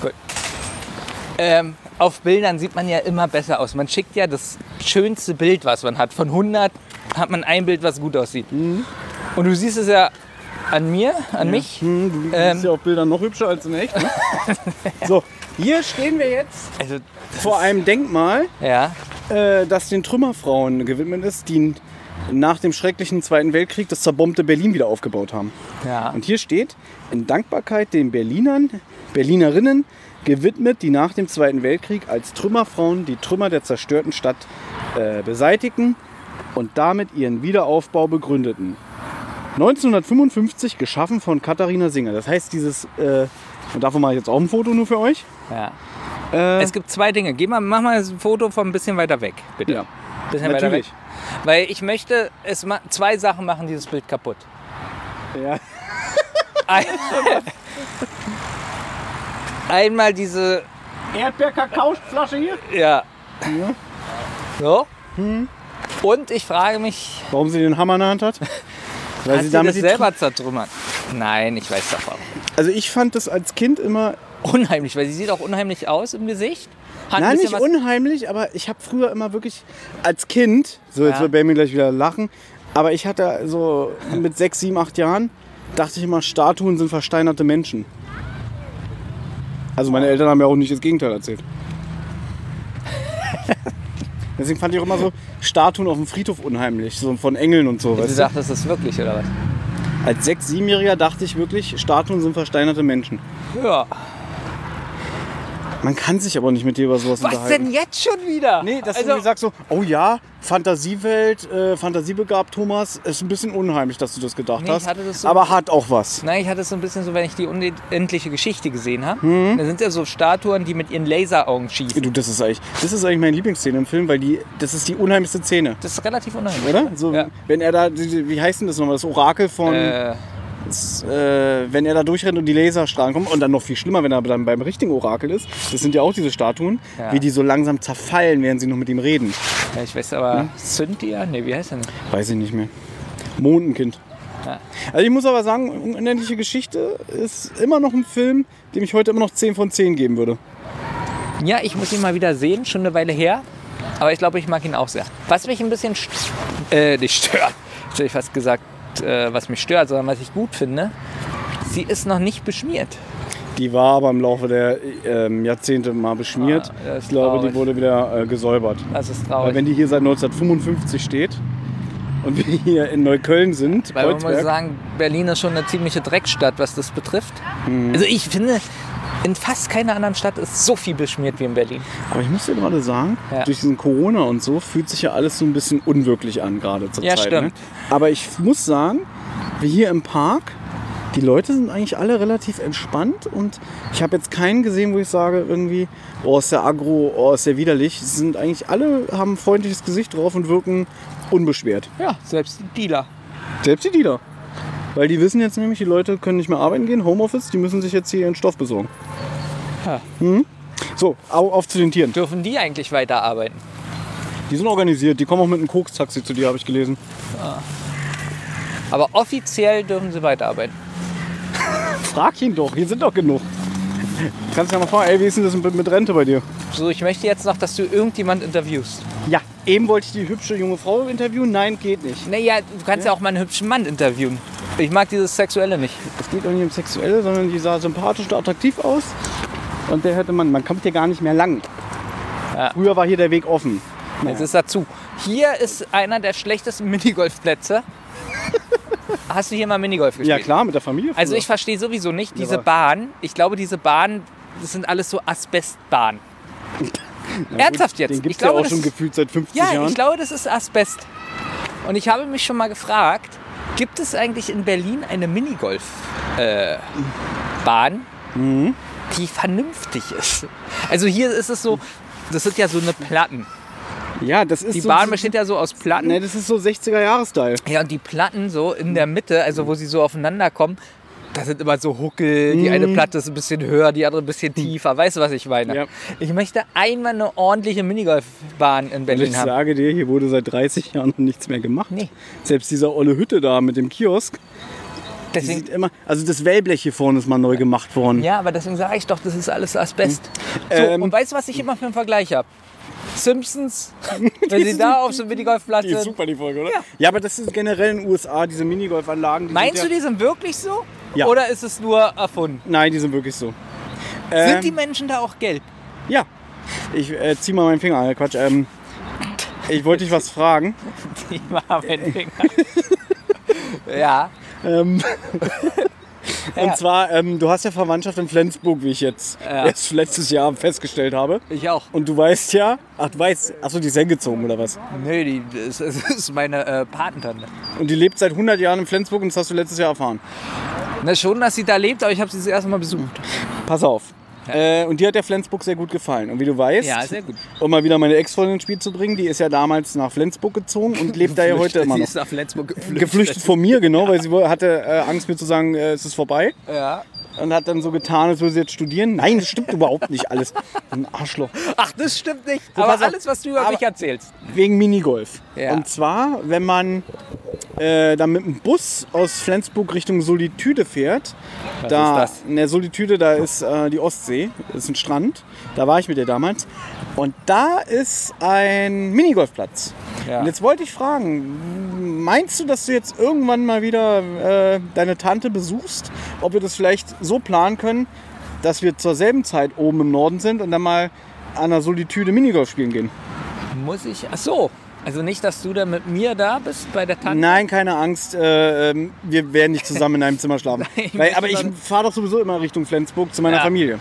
Auf Bildern sieht man ja immer besser aus. Man schickt ja das schönste Bild, was man hat. Von 100 hat man ein Bild, was gut aussieht. Und du siehst es ja an mir, an mich. Du bist ja auf Bildern noch hübscher als in echt. Ne? So, hier stehen wir jetzt Also, vor einem Denkmal, ja. das den Trümmerfrauen gewidmet ist, die nach dem schrecklichen Zweiten Weltkrieg das zerbombte Berlin wieder aufgebaut haben. Ja. Und hier steht, in Dankbarkeit den Berlinerinnen gewidmet, die nach dem Zweiten Weltkrieg als Trümmerfrauen die Trümmer der zerstörten Stadt beseitigten und damit ihren Wiederaufbau begründeten. 1955 geschaffen von Katharina Singer. Das heißt, und davon mache ich jetzt auch ein Foto nur für euch. Ja. Es gibt zwei Dinge. Mach mal ein Foto von ein bisschen weiter weg, bitte. Ja, Bisschen weiter weg. natürlich. Weil ich möchte, zwei Sachen machen dieses Bild kaputt. Ja. Einmal diese, Erdbeer-Kakao-Flasche hier. ja. So. Und ich frage mich, Warum sie den Hammer in der Hand hat? Weil hat sie das selber zertrümmert? Nein, ich weiß doch warum. Also ich fand das als Kind immer, Unheimlich, weil sie sieht auch unheimlich aus im Gesicht. Hat ein nein, bisschen nicht unheimlich, aber ich habe früher immer wirklich als Kind, so jetzt Ja. wird Benjamin gleich wieder lachen, aber ich hatte so mit 6, 7, 8 Jahren, dachte ich immer, Statuen sind versteinerte Menschen. Also meine Eltern haben ja auch nicht das Gegenteil erzählt. Deswegen fand ich auch immer so Statuen auf dem Friedhof unheimlich, so von Engeln und so. Sie Weißt du? sagt, das ist wirklich, oder was? Als 6-, 7-Jähriger dachte ich wirklich, Statuen sind versteinerte Menschen. Ja. Man kann sich aber nicht mit dir über sowas Was unterhalten. denn jetzt schon wieder? Nee, dass also, du sagst so, oh ja, Fantasiewelt, fantasiebegabt, Thomas, ist ein bisschen unheimlich, dass du das gedacht Nee, ich hast. hatte das so- aber hat auch was. Nein, ich hatte es so ein bisschen so, wenn ich die unendliche Geschichte gesehen habe. Da sind ja so Statuen, die mit ihren Laseraugen schießen. Du, das ist eigentlich meine Lieblingsszene im Film, weil das ist die unheimlichste Szene, Das ist relativ unheimlich. oder? So, Ja. wenn er da, wie heißt denn das nochmal, das Orakel von, wenn er da durchrennt und die Laserstrahlen kommen und dann noch viel schlimmer, wenn er dann beim richtigen Orakel ist, das sind ja auch diese Statuen, Ja. wie die so langsam zerfallen, während sie noch mit ihm reden. Ja, ich weiß aber, Cynthia? Ne, wie heißt der denn? Weiß ich nicht mehr. Mondenkind. Ja. Also ich muss aber sagen, Unendliche Geschichte ist immer noch ein Film, dem ich heute immer noch 10 von 10 geben würde. Ja, ich muss ihn mal wieder sehen, schon eine Weile her. Aber ich glaube, ich mag ihn auch sehr. Was mich ein bisschen nicht stört, hätte ich fast gesagt, was mich stört, sondern was ich gut finde, sie ist noch nicht beschmiert. Die war aber im Laufe der Jahrzehnte mal beschmiert. Ah, das ist Ich glaube, traurig. die wurde wieder gesäubert. Das ist Weil traurig. wenn die hier seit 1955 steht und wir hier in Neukölln sind, Weil man muss Kreuzberg, sagen, Berlin ist schon eine ziemliche Dreckstadt, was das betrifft. Also ich finde, in fast keiner anderen Stadt ist so viel beschmiert wie in Berlin. aber ich muss dir gerade sagen, Ja. durch diesen Corona und so fühlt sich ja alles so ein bisschen unwirklich an, gerade zur Ja, Zeit. stimmt. Ne? Aber ich muss sagen, wie hier im Park, die Leute sind eigentlich alle relativ entspannt und ich habe jetzt keinen gesehen, wo ich sage irgendwie, oh, ist der aggro, oh, ist der widerlich. Sie sind eigentlich alle, haben ein freundliches Gesicht drauf und wirken unbeschwert. Ja, selbst die Dealer. Selbst die Dealer. Weil die wissen jetzt nämlich, die Leute können nicht mehr arbeiten gehen, Homeoffice, die müssen sich jetzt hier ihren Stoff besorgen. Ja. So, auf zu den Tieren. Dürfen die eigentlich weiterarbeiten? Die sind organisiert, die kommen auch mit einem Koks-Taxi zu dir, habe ich gelesen. Aber offiziell dürfen sie weiterarbeiten. Frag ihn doch, hier sind doch genug. Kannst du ja mal fragen, ey, wie ist denn das mit Rente bei dir? So, ich möchte jetzt noch, dass du irgendjemand interviewst. Ja, eben wollte ich die hübsche junge Frau interviewen. Nein, geht nicht. Naja, du kannst ja auch mal einen hübschen Mann interviewen. Ich mag dieses Sexuelle nicht. Es geht auch nicht um Sexuelle, sondern die sah sympathisch und attraktiv aus. Und der hätte man kommt hier gar nicht mehr lang. Ja. Früher war hier der Weg offen. Jetzt ist dazu. Hier ist einer der schlechtesten Minigolfplätze. Hast du hier mal Minigolf gespielt? Ja klar, mit der Familie. Also früher. ich verstehe sowieso nicht diese aber- Bahn. Ich glaube, diese Bahn, das sind alles so Asbestbahnen. Ernsthaft jetzt? Den gibt Ich es ja glaube, auch das schon ist- gefühlt seit 50 Ja, Jahren. ich glaube, das ist Asbest. Und ich habe mich schon mal gefragt, gibt es eigentlich in Berlin eine Minigolf-Bahn, die vernünftig ist? Also hier ist es so, das sind ja so eine Platten. Ja, das ist Die so, Bahn besteht ja so aus Platten. Ne, das ist so 60er-Jahre-Style. Ja, und die Platten so in der Mitte, also wo sie so aufeinander kommen, da sind immer so Huckel. Die eine Platte ist ein bisschen höher, die andere ein bisschen tiefer. Weißt du, was ich meine? Ja. Ich möchte einmal eine ordentliche Minigolfbahn in Und Berlin ich haben. sage dir, hier wurde seit 30 Jahren nichts mehr gemacht. Nee. Selbst diese olle Hütte da mit dem Kiosk, die Deswegen, sieht immer, also das Wellblech hier vorne ist mal neu gemacht worden. ja, aber deswegen sage ich doch, das ist alles Asbest. So, Ähm. und weißt du, was ich immer für einen Vergleich habe? Simpsons, wenn sie da auf so einem Minigolfplatz Die ist sind. super, die Folge, oder? Ja, aber das ist generell in den USA, diese Minigolfanlagen. Meinst du, die sind wirklich so? Ja. Oder ist es nur erfunden? Nein, die sind wirklich so. Sind die Menschen da auch gelb? Ja. Ich zieh mal meinen Finger an. Quatsch. Ich wollte dich was fragen. Die machen Finger. Ja. Und zwar, du hast ja Verwandtschaft in Flensburg, wie ich jetzt erst letztes Jahr festgestellt habe. Ich auch. Und du weißt ja, achso, die ist hingezogen oder was? Nee, das ist meine Patentante. Und die lebt seit 100 Jahren in Flensburg und das hast du letztes Jahr erfahren. Na schon, dass sie da lebt, aber ich habe sie das erste Mal besucht. Pass auf. Und die hat der Flensburg sehr gut gefallen. Und wie du weißt, Ja, sehr gut. um mal wieder meine Ex-Freundin ins Spiel zu bringen, die ist ja damals nach Flensburg gezogen und lebt da ja heute immer Sie noch. ist nach Flensburg Geflüchtet von mir, genau, weil sie hatte Angst, mir zu sagen, es ist vorbei. Ja. Und hat dann so getan, als würde sie jetzt studieren. Nein, das stimmt überhaupt nicht alles. Ein Arschloch. Ach, das stimmt nicht. So, Aber pass auf. alles, was du über mich erzählst. Wegen Minigolf. Ja. Und zwar, wenn man dann mit dem Bus aus Flensburg Richtung Solitude fährt. Was Da, ist das? in der Solitude, da ist die Ostsee. Das ist ein Strand. Da war ich mit ihr damals. Und da ist ein Minigolfplatz. Ja. Und jetzt wollte ich fragen, meinst du, dass du jetzt irgendwann mal wieder deine Tante besuchst? Ob wir das vielleicht so planen können, dass wir zur selben Zeit oben im Norden sind und dann mal an der Solitude Minigolf spielen gehen? Muss ich. Ach so. Also nicht, dass du da mit mir da bist bei der Tante? Nein, keine Angst. Wir werden nicht zusammen in einem Zimmer schlafen. Nein, Aber ich fahre doch sowieso immer Richtung Flensburg zu meiner Ja. Familie.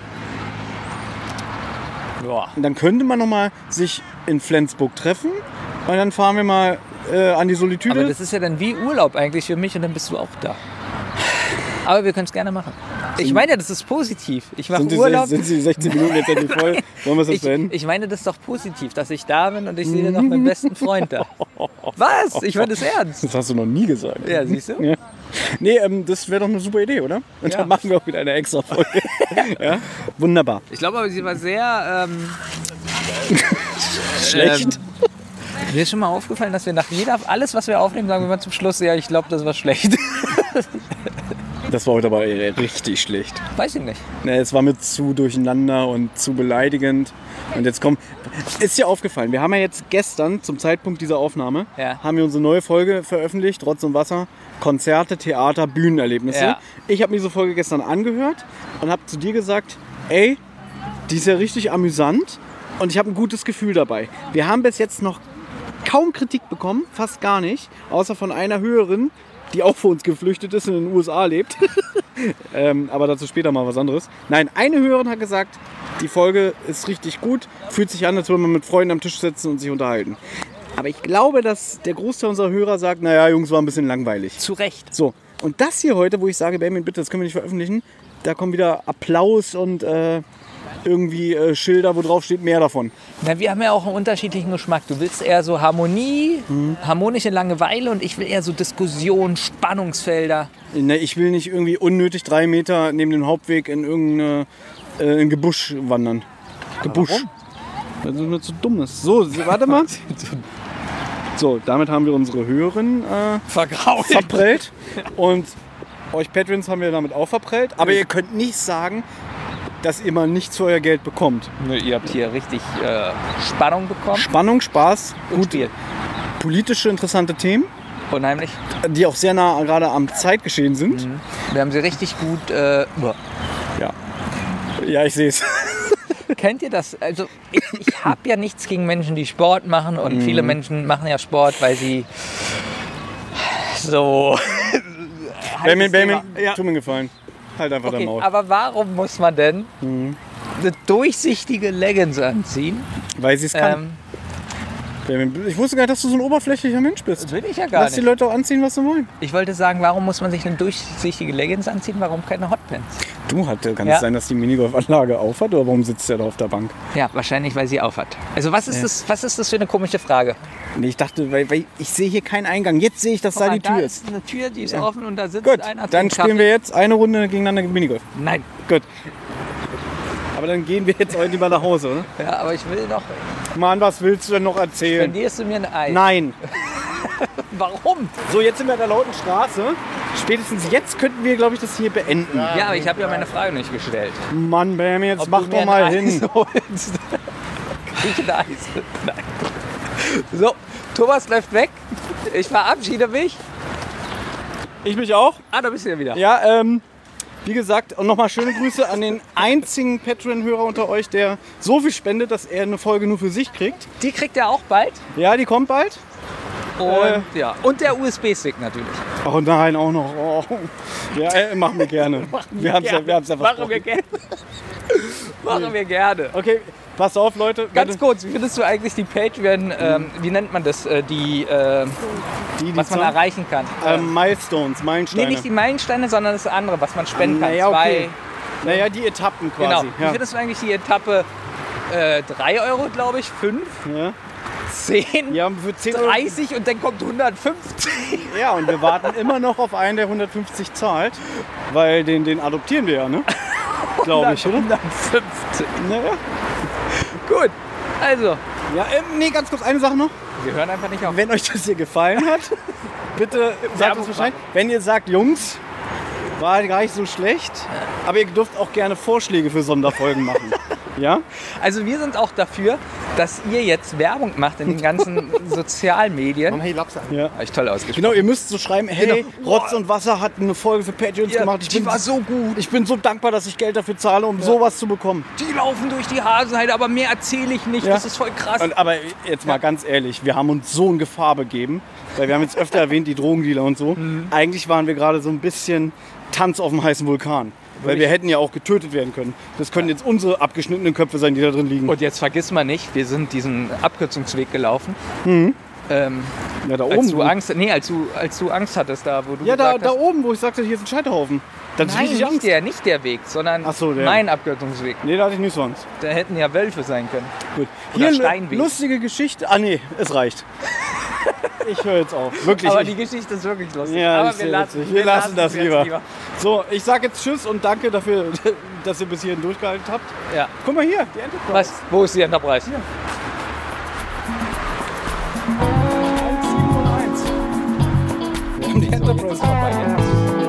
Ja. Und dann könnte man noch mal sich in Flensburg treffen und dann fahren wir mal an die Solitude. Aber das ist ja dann wie Urlaub eigentlich für mich und dann bist du auch da. Aber wir können es gerne machen. Ich meine, das ist positiv. Ich mache Urlaub. Sind die 16 Minuten jetzt endlich voll? Wollen wir es jetzt beenden? Ich meine, das ist doch positiv, dass ich da bin und ich sehe noch meinen besten Freund da. Was? Ich meine das ernst. Das hast du noch nie gesagt. Ja, siehst du? Ja. Nee, das wäre doch eine super Idee, oder? Und Ja. dann machen wir auch wieder eine extra Folge. Ja? Wunderbar. Ich glaube aber, sie war sehr... Schlecht. Mir ist schon mal aufgefallen, dass wir nach alles, was wir aufnehmen, sagen wir mal zum Schluss, ja, ich glaube, das war schlecht. Das war heute aber richtig schlecht. Weiß ich nicht. Ne, es war mir zu durcheinander und zu beleidigend. Und jetzt kommt, ist dir aufgefallen, wir haben ja jetzt gestern, zum Zeitpunkt dieser Aufnahme, Ja. haben wir unsere neue Folge veröffentlicht, Rotz und Wasser, Konzerte, Theater, Bühnenerlebnisse. Ja. Ich habe mir diese Folge gestern angehört und habe zu dir gesagt, ey, die ist ja richtig amüsant und ich habe ein gutes Gefühl dabei. Wir haben bis jetzt noch kaum Kritik bekommen, fast gar nicht, außer von einer Hörerin, die auch vor uns geflüchtet ist und in den USA lebt. Aber dazu später mal was anderes. Nein, eine Hörerin hat gesagt, die Folge ist richtig gut, fühlt sich an, als würde man mit Freunden am Tisch sitzen und sich unterhalten. Aber ich glaube, dass der Großteil unserer Hörer sagt, naja, Jungs, war ein bisschen langweilig. Zu Recht. So, und das hier heute, wo ich sage, Benjamin, bitte, das können wir nicht veröffentlichen, da kommt wieder Applaus und irgendwie Schilder, wo drauf steht, mehr davon. Na, wir haben ja auch einen unterschiedlichen Geschmack. Du willst eher so Harmonie, harmonische Langeweile und ich will eher so Diskussion, Spannungsfelder. Ne, ich will nicht irgendwie unnötig 3 Meter neben dem Hauptweg in irgendein Gebusch wandern. Gebusch. Warum? Weil das mir zu dumm ist. So, warte mal. So, damit haben wir unsere Hörerin Vergrault. verprellt. Und euch Patrons haben wir damit auch verprellt. Aber ihr könnt nicht sagen, dass ihr mal nichts für euer Geld bekommt. Nö, ihr habt hier richtig Spannung bekommen. Spannung, Spaß, Und Spiel. politische, interessante Themen, Unheimlich. die auch sehr nah gerade am Zeitgeschehen sind. Wir haben sie richtig gut... Ja, ich sehe es. Kennt ihr das? Also ich habe ja nichts gegen Menschen, die Sport machen und viele Menschen machen ja Sport, weil sie so... Benjamin, Ja. tu mir einen Gefallen. Halt einfach dein Okay, Maul. aber warum muss man denn eine durchsichtige Leggings anziehen? Weil sie es kann. Ich wusste gar nicht, dass du so ein oberflächlicher Mensch bist. Das will ich ja gar Lass die nicht. Leute auch anziehen, was sie wollen. Ich wollte sagen, warum muss man sich eine durchsichtige Leggings anziehen? Warum keine Hotpants? Kann Ja. es sein, dass die Minigolfanlage aufhat oder warum sitzt der da auf der Bank? Ja, wahrscheinlich, weil sie aufhat. Also was ist das für eine komische Frage? Nee, ich dachte, weil ich sehe hier keinen Eingang. Jetzt sehe ich, dass da die Tür ist. ist eine Tür, die ist offen und da sitzt Gut, einer. dann spielen wir jetzt eine Runde gegeneinander Minigolf. Nein. Gut. Aber dann gehen wir jetzt heute lieber nach Hause, oder? Ja, aber ich will noch. Mann, was willst du denn noch erzählen? Spendierst du mir ein Ei? Nein. Warum? So, jetzt sind wir an der lauten Straße. Spätestens jetzt könnten wir, glaube ich, das hier beenden. Ja, aber ich habe ja meine Frage nicht gestellt. Mann, Benjamin, jetzt Ob mach du mir doch ein mal Ei hin. holst. nicht nice. Nein. So, Thomas läuft weg. Ich verabschiede mich. Ich mich auch. Ah, da bist du ja wieder. Ja, wie gesagt, und nochmal schöne Grüße an den einzigen Patreon-Hörer unter euch, der so viel spendet, dass er eine Folge nur für sich kriegt. Die kriegt er auch bald. Ja, die kommt bald. Und, ja. Und der USB-Stick natürlich. Oh nein, auch noch. Oh. Ja, machen wir gerne. Wir haben es ja versprochen. Machen wir gerne. Machen wir gerne. Okay, pass auf, Leute. Ganz kurz, wie findest du eigentlich die Patreon, wie nennt man das, was man erreichen kann? Milestones, Meilensteine. Nee, nicht die Meilensteine, sondern das andere, was man spenden kann. Naja, okay. Naja, die Etappen quasi. Genau. Wie findest du eigentlich die Etappe 3 Euro, glaube ich, 5, Ja. 10, Ja, für 10 30 und dann kommt 150. Ja, und wir warten immer noch auf einen, der 150 zahlt, weil den adoptieren wir ja, ne? Glaube ich, oder? 150. Naja. Gut, also, Ja, nee, ganz kurz eine Sache noch. wir hören einfach nicht auf. Wenn euch das hier gefallen hat, bitte sagt uns Bescheid. Wenn ihr sagt, Jungs, war gar nicht so schlecht, aber ihr dürft auch gerne Vorschläge für Sonderfolgen machen. Ja? Also wir sind auch dafür, dass ihr jetzt Werbung macht in den ganzen Sozialmedien. Hey, Lapsa. Ja. Habe ich toll ausgesprochen. Genau, ihr müsst so schreiben, hey, Genau. Rotz und Wasser hat eine Folge für Patreons Ja, gemacht. die war so gut. Ich bin so dankbar, dass ich Geld dafür zahle, um sowas zu bekommen. Die laufen durch die Hasenheide, aber mehr erzähle ich nicht. Ja. Das ist voll krass. Aber jetzt mal ganz ehrlich, wir haben uns so in Gefahr begeben, weil wir haben jetzt öfter erwähnt, die Drogendealer und so. Eigentlich waren wir gerade so ein bisschen Tanz auf dem heißen Vulkan. Weil wir hätten ja auch getötet werden können. Das können jetzt unsere abgeschnittenen Köpfe sein, die da drin liegen. Und jetzt vergiss mal nicht, wir sind diesen Abkürzungsweg gelaufen. Ja, da Als oben. du Angst hattest, da wo du Ja, da gesagt hast, oben, wo ich sagte, hier ist ein Scheiterhaufen. Dann nein, richtig Angst. nicht der Weg, sondern Ach so, der. mein Abkürzungsweg. Nee, da hatte ich nicht so Angst. Da hätten ja Wölfe sein können. Gut. Oder Hier eine Steinweg. lustige Geschichte. Ah nee, es reicht. Ich höre jetzt auf. Wirklich. Aber die Geschichte ist wirklich lustig. Ja, Aber das ist sehr witzig. Wir lassen das jetzt lieber. So, ich sage jetzt Tschüss und danke dafür, dass ihr bis hierhin durchgehalten habt. Ja. Guck mal hier, die Enterprise. Was? Wo ist die Enterprise? Ja. 1, 7 und 1. Wir haben die Enterprise vorbei.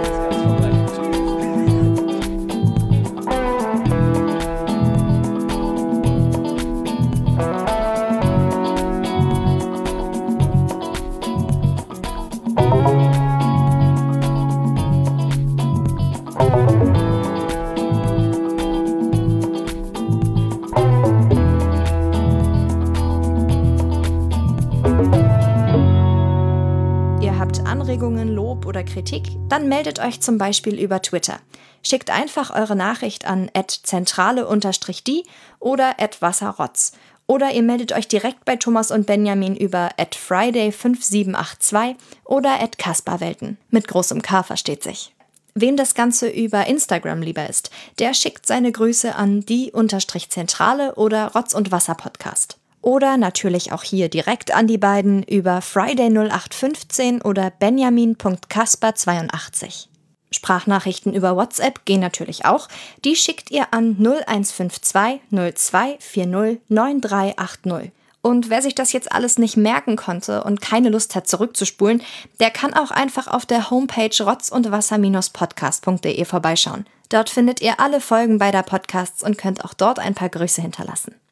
Ihr habt Anregungen, Lob oder Kritik? Dann meldet euch zum Beispiel über Twitter. Schickt einfach eure Nachricht an @zentrale_die oder @wasserrotz. Oder ihr meldet euch direkt bei Thomas und Benjamin über @friday5782 oder @kasperwelten. Mit großem K versteht sich. Wem das Ganze über Instagram lieber ist, der schickt seine Grüße an die_zentrale oder Rotz und Wasser Podcast. Oder natürlich auch hier direkt an die beiden über Friday0815 oder benjamin.kasper82. Sprachnachrichten über WhatsApp gehen natürlich auch. Die schickt ihr an 0152 0240 9380. Und wer sich das jetzt alles nicht merken konnte und keine Lust hat zurückzuspulen, der kann auch einfach auf der Homepage rotzundwasser-podcast.de vorbeischauen. Dort findet ihr alle Folgen beider Podcasts und könnt auch dort ein paar Grüße hinterlassen.